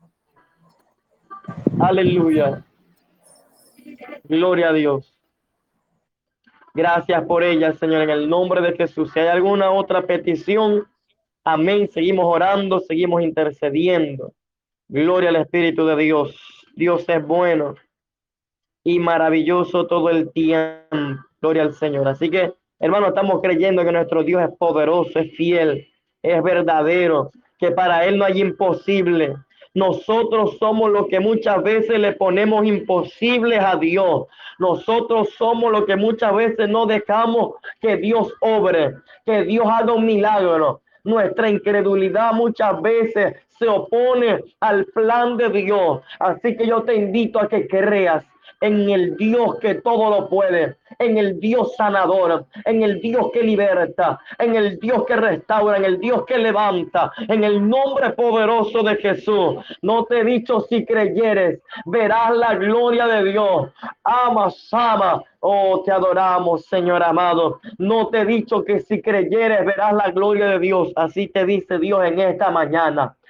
Aleluya. Gloria a Dios. Gracias por ella, Señor, en el nombre de Jesús. Si hay alguna otra petición, amén. Seguimos orando, seguimos intercediendo. Gloria al Espíritu de Dios. Dios es bueno y maravilloso todo el tiempo. Gloria al Señor. Así que, hermano, estamos creyendo que nuestro Dios es poderoso, es fiel, es verdadero, que para Él no hay imposible. Nosotros somos los que muchas veces le ponemos imposibles a Dios. Nosotros somos los que muchas veces no dejamos que Dios obre, que Dios haga un milagro. Nuestra incredulidad muchas veces se opone al plan de Dios. Así que yo te invito a que creas en el Dios que todo lo puede, en el Dios sanador, en el Dios que liberta, en el Dios que restaura, en el Dios que levanta, en el nombre poderoso de Jesús. No te he dicho si creyeres, verás la gloria de Dios. Ama, ama. Oh, te adoramos, Señor amado. No te he dicho que si creyeres, verás la gloria de Dios. Así te dice Dios en esta mañana.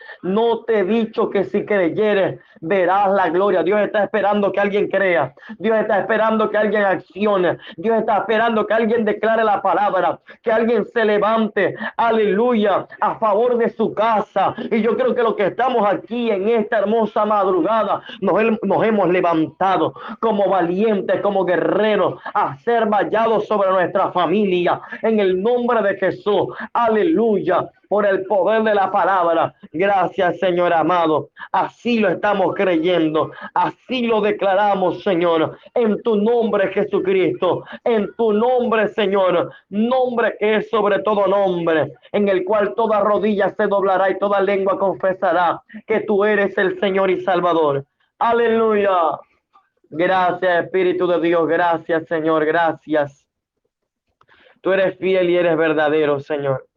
No te he dicho que si creyeres verás la gloria. Dios está esperando que alguien crea. Dios está esperando que alguien accione. Dios está esperando que alguien declare la palabra, que alguien se levante, aleluya, a favor de su casa. Y yo creo que lo que estamos aquí en esta hermosa madrugada, nos, he- nos hemos levantado como valientes, como guerreros, a ser vallados sobre nuestra familia, en el nombre de Jesús, aleluya, por el poder de la palabra. Gracias, Señor amado. Así lo estamos creyendo, así lo declaramos, Señor, en tu nombre, Jesucristo, en tu nombre, Señor, nombre que es sobre todo nombre, en el cual toda rodilla se doblará y toda lengua confesará que tú eres el Señor y Salvador. Aleluya. Gracias, Espíritu de Dios. Gracias, Señor. Gracias. Tú eres fiel y eres verdadero, Señor.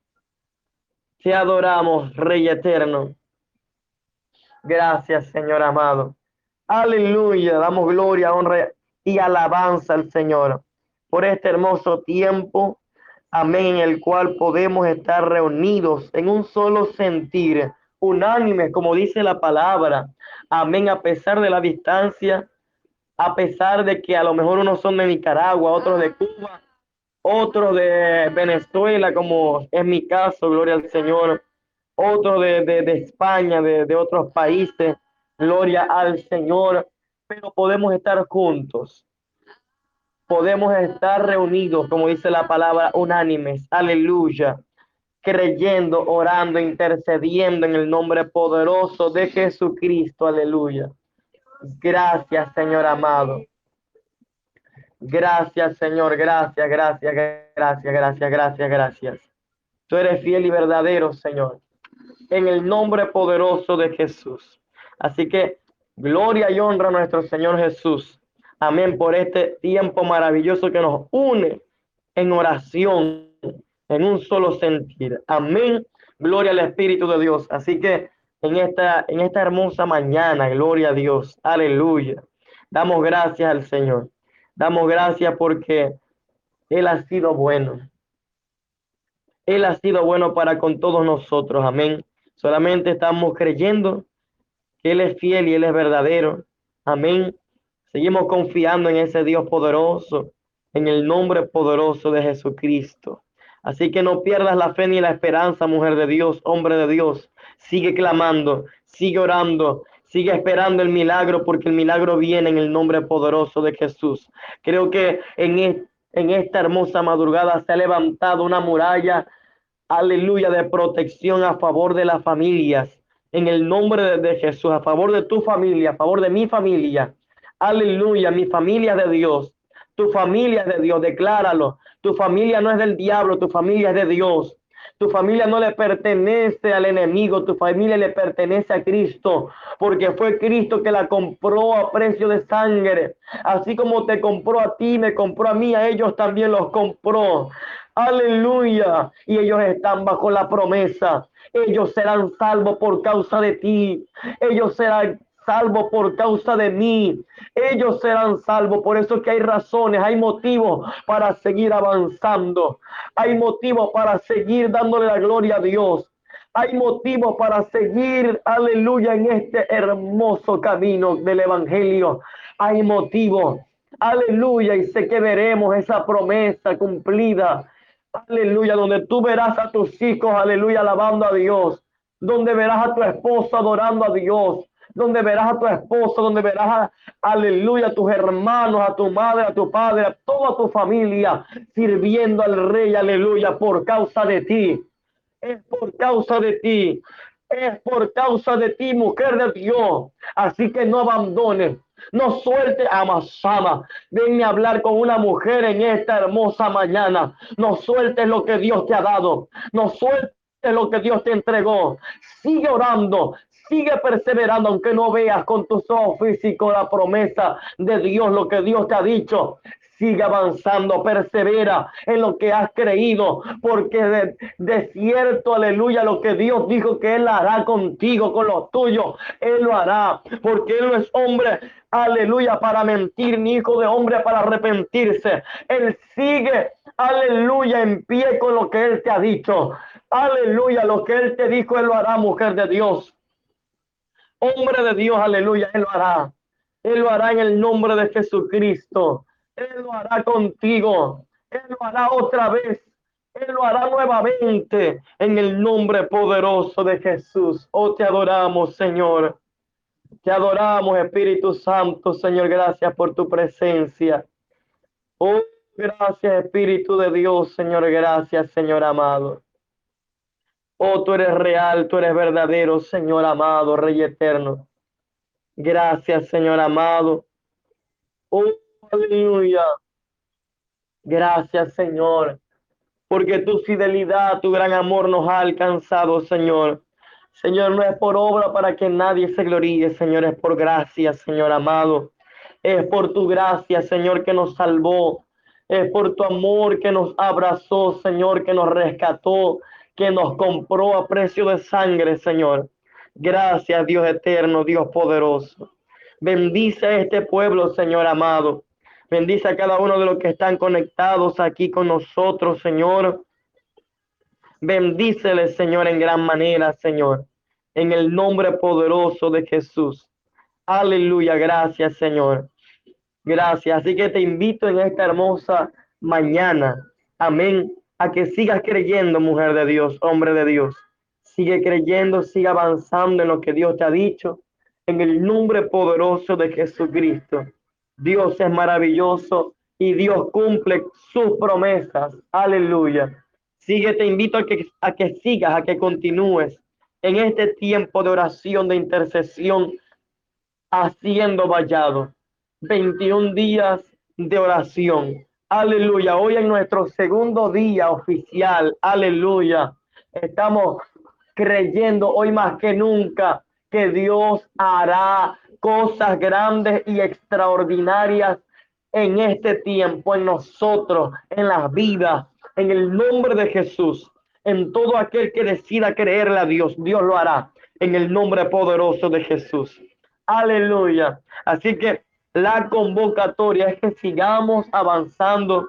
Te adoramos, Rey eterno. Gracias, Señor amado. Aleluya. Damos gloria, honra y alabanza al Señor por este hermoso tiempo. Amén. En el cual podemos estar reunidos en un solo sentir, unánimes, como dice la palabra. Amén. A pesar de la distancia, a pesar de que a lo mejor unos son de Nicaragua, otros de Cuba, otros de Venezuela, como es mi caso, gloria al Señor, otros de, de, de España, de, de otros países, gloria al Señor, pero podemos estar juntos, podemos estar reunidos, como dice la palabra, unánimes, aleluya, creyendo, orando, intercediendo en el nombre poderoso de Jesucristo, aleluya. Gracias, Señor amado. Gracias, Señor. Gracias, gracias, gracias, gracias, gracias, gracias. Tú eres fiel y verdadero, Señor. En el nombre poderoso de Jesús. Así que gloria y honra a nuestro Señor Jesús. Amén. Por este tiempo maravilloso que nos une en oración, en un solo sentir. Amén. Gloria al Espíritu de Dios. Así que en esta, en esta hermosa mañana, gloria a Dios. Aleluya. Damos gracias al Señor. Damos gracias porque Él ha sido bueno. Él ha sido bueno para con todos nosotros. Amén. Solamente estamos creyendo que Él es fiel y Él es verdadero. Amén. Seguimos confiando en ese Dios poderoso, en el nombre poderoso de Jesucristo. Así que no pierdas la fe ni la esperanza, mujer de Dios, hombre de Dios. Sigue clamando, sigue orando, sigue esperando el milagro, porque el milagro viene en el nombre poderoso de Jesús. Creo que en, e- en esta hermosa madrugada se ha levantado una muralla, aleluya, de protección a favor de las familias. En el nombre de, de Jesús, a favor de tu familia, a favor de mi familia. Aleluya, mi familia es de Dios. Tu familia es de Dios, decláralo. Tu familia no es del diablo, tu familia es de Dios. Tu familia no le pertenece al enemigo, tu familia le pertenece a Cristo, porque fue Cristo que la compró a precio de sangre. Así como te compró a ti, me compró a mí, a ellos también los compró. Aleluya. Y ellos están bajo la promesa. Ellos serán salvos por causa de ti. Ellos serán salvos por causa de mí. Ellos serán salvos. Por eso es que hay razones, hay motivos para seguir avanzando. Hay motivos para seguir dándole la gloria a Dios. Hay motivos para seguir, aleluya, en este hermoso camino del evangelio. Hay motivos, aleluya, y sé que veremos esa promesa cumplida. Aleluya, donde tú verás a tus hijos, aleluya, alabando a Dios. Donde verás a tu esposa adorando a Dios. Donde verás a tu esposa, donde verás, a, aleluya, a tus hermanos, a tu madre, a tu padre, a toda tu familia, sirviendo al Rey, aleluya, por causa de ti. Es por causa de ti. Es por causa de ti, mujer de Dios. Así que no abandones. No suelte, amasama. Venme a hablar con una mujer en esta hermosa mañana. No sueltes lo que Dios te ha dado. No sueltes lo que Dios te entregó. Sigue orando. Sigue perseverando, aunque no veas con tus ojos físicos la promesa de Dios, lo que Dios te ha dicho. Sigue avanzando, persevera en lo que has creído, porque de, de cierto, aleluya, lo que Dios dijo que Él hará contigo, con los tuyos, Él lo hará, porque Él no es hombre, aleluya, para mentir, ni hijo de hombre para arrepentirse. Él sigue, aleluya, en pie con lo que Él te ha dicho. Aleluya, lo que Él te dijo, Él lo hará, mujer de Dios. Hombre de Dios, aleluya, Él lo hará. Él lo hará en el nombre de Jesucristo. Él lo hará contigo. Él lo hará otra vez. Él lo hará nuevamente en el nombre poderoso de Jesús. Oh, te adoramos, Señor. Te adoramos, Espíritu Santo, Señor. Gracias por tu presencia. Oh, gracias, Espíritu de Dios, Señor. Gracias, Señor amado. Oh, tú eres real, tú eres verdadero, Señor amado, Rey eterno. Gracias, Señor amado. Oh, aleluya. Gracias, Señor, porque tu fidelidad, tu gran amor nos ha alcanzado, Señor. Señor, no es por obra para que nadie se gloríe, Señor, es por gracia, Señor amado. Es por tu gracia, Señor, que nos salvó. Es por tu amor que nos abrazó, Señor, que nos rescató, que nos compró a precio de sangre, Señor. Gracias, Dios eterno, Dios poderoso. Bendice a este pueblo, Señor amado. Bendice a cada uno de los que están conectados aquí con nosotros, Señor. Bendícele, Señor, en gran manera, Señor. En el nombre poderoso de Jesús. Aleluya, gracias, Señor. Gracias. Así que te invito en esta hermosa mañana. Amén. A que sigas creyendo, mujer de Dios, hombre de Dios. Sigue creyendo, sigue avanzando en lo que Dios te ha dicho. En el nombre poderoso de Jesucristo. Dios es maravilloso y Dios cumple sus promesas. Aleluya. Sigue, te invito a que, a que sigas, a que continúes en este tiempo de oración, de intercesión, haciendo vallado. veintiún días de oración. Aleluya. Hoy en nuestro segundo día oficial. Aleluya. Estamos creyendo hoy más que nunca que Dios hará cosas grandes y extraordinarias en este tiempo, en nosotros, en las vidas, en el nombre de Jesús. En todo aquel que decida creerle a Dios, Dios lo hará en el nombre poderoso de Jesús. Aleluya. Así que la convocatoria es que sigamos avanzando.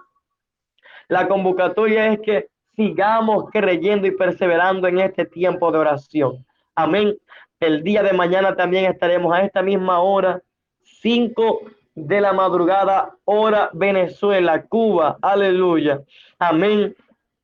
La convocatoria es que sigamos creyendo y perseverando en este tiempo de oración. Amén. El día de mañana también estaremos a esta misma hora, cinco de la madrugada, hora Venezuela, Cuba. Aleluya. Amén.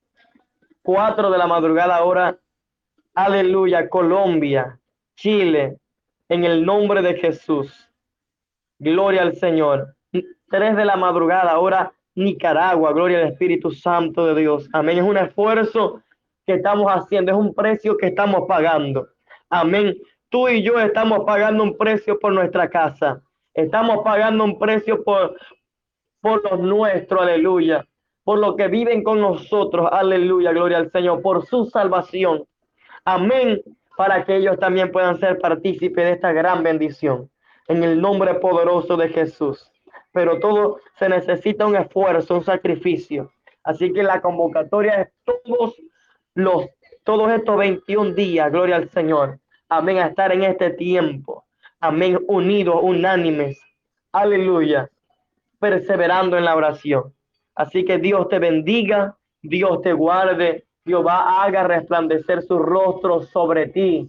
cuatro de la madrugada, hora, aleluya, Colombia, Chile, en el nombre de Jesús. Gloria al Señor. tres de la madrugada, hora Nicaragua, gloria al Espíritu Santo de Dios. Amén. Es un esfuerzo que estamos haciendo, es un precio que estamos pagando. Amén. Tú y yo estamos pagando un precio por nuestra casa. Estamos pagando un precio por, por los nuestros, aleluya. Por lo que viven con nosotros, aleluya, gloria al Señor, por su salvación. Amén. Para que ellos también puedan ser partícipes de esta gran bendición. En el nombre poderoso de Jesús. Pero todo se necesita un esfuerzo, un sacrificio. Así que la convocatoria es todos los, todos estos veintiún días, gloria al Señor. Amén, a estar en este tiempo. Amén, unidos, unánimes. Aleluya. Perseverando en la oración. Así que Dios te bendiga, Dios te guarde, Jehová haga resplandecer su rostro sobre ti.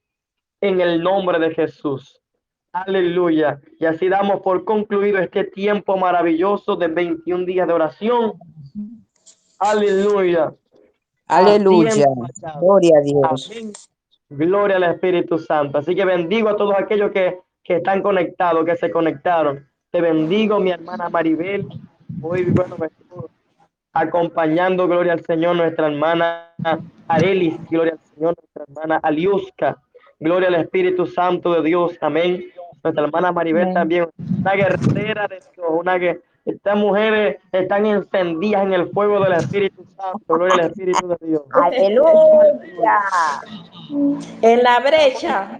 En el nombre de Jesús. Aleluya. Y así damos por concluido este tiempo maravilloso de veintiún días de oración. Aleluya. Aleluya. Gloria a Dios. Amén. Gloria al Espíritu Santo. Así que bendigo a todos aquellos que, que están conectados, que se conectaron. Te bendigo, mi hermana Maribel. Hoy, bueno, me estuvo acompañando, gloria al Señor, nuestra hermana Arelis. Gloria al Señor, nuestra hermana Aliuska. Gloria al Espíritu Santo de Dios. Amén. Nuestra hermana Maribel Amén. También, una guerrera de Dios, una que estas mujeres están encendidas en el fuego del Espíritu Santo. Gloria al Espíritu de Dios. Aleluya. En la brecha.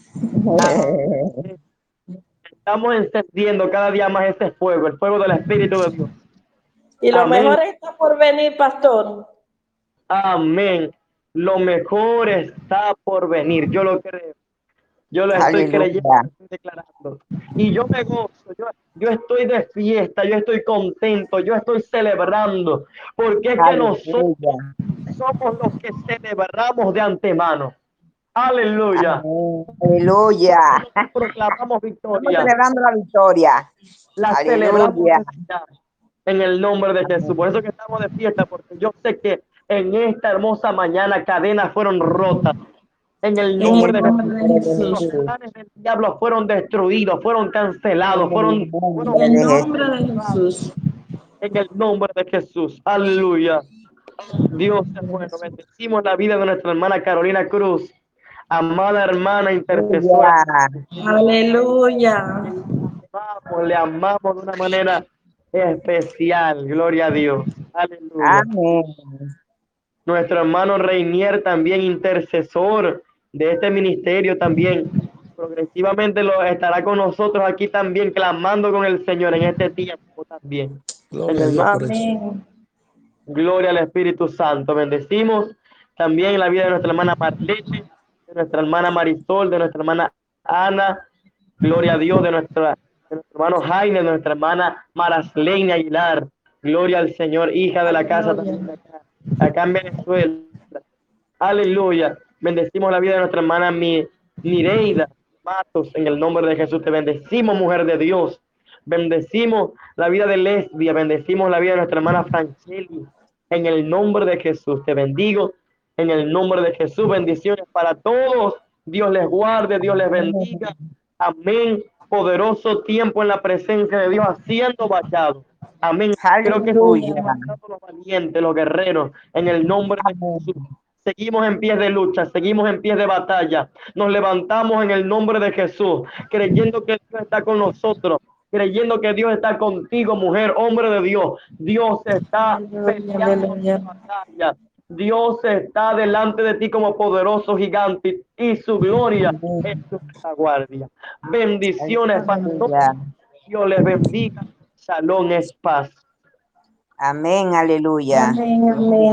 Amén. Estamos encendiendo cada día más ese fuego, el fuego del Espíritu de Dios. Y lo Amén. mejor está por venir, pastor. Amén. Lo mejor está por venir. Yo lo creo. Yo lo estoy Aleluya. creyendo, estoy declarando. Y yo me gozo, yo, yo estoy de fiesta, yo estoy contento, yo estoy celebrando. Porque es que Aleluya. nosotros somos los que celebramos de antemano. Aleluya. Amén. Aleluya. Nosotros proclamamos Estamos victoria. celebrando la victoria. La Aleluya. celebramos desde ya, en el nombre de Jesús. Por eso que estamos de fiesta, porque yo sé que en esta hermosa mañana cadenas fueron rotas. En el En nombre el de nombre de Jesús, los Jesús. planes del diablo fueron destruidos, fueron cancelados, fueron, fueron En el De Jesús. nombre de Jesús. en el nombre de Jesús. Aleluya. Dios es bueno. Bendecimos la vida de nuestra hermana Carolina Cruz, amada hermana intercesora. Aleluya. Amamos, le amamos de una manera especial. Gloria a Dios. Aleluya. Amén. Nuestro hermano Reinier, también intercesor de este ministerio, también progresivamente lo estará con nosotros aquí también, clamando con el Señor en este tiempo también. Gloria a Dios por eso. Amén. Gloria al Espíritu Santo. Bendecimos también la vida de nuestra hermana Marlene, de nuestra hermana Marisol, de nuestra hermana Ana. Gloria a Dios, de, nuestra, de nuestro hermano Jaime, de nuestra hermana Marasleina Aguilar. Gloria al Señor, hija de la casa también acá, acá en Venezuela. Aleluya. Bendecimos la vida de nuestra hermana Mi, Mireida Matos, en el nombre de Jesús. Te bendecimos, mujer de Dios. Bendecimos la vida de Lesbia, bendecimos la vida de nuestra hermana Franceli, en el nombre de Jesús. Te bendigo, en el nombre de Jesús. Bendiciones para todos. Dios les guarde, Dios les bendiga. Amén. Poderoso tiempo en la presencia de Dios, haciendo vallado. Amén. Creo que Aleluya. los valientes, los guerreros, en el nombre de Jesús. Seguimos en pies de lucha, seguimos en pies de batalla. Nos levantamos en el nombre de Jesús, creyendo que Dios está con nosotros, creyendo que Dios está contigo, mujer, hombre de Dios. Dios está peleando tu batalla. Dios está delante de ti como poderoso gigante y su gloria es tu guardia. Bendiciones para todos. Dios les bendiga. Shalom es paz. Amén. Aleluya. Amén. Amén.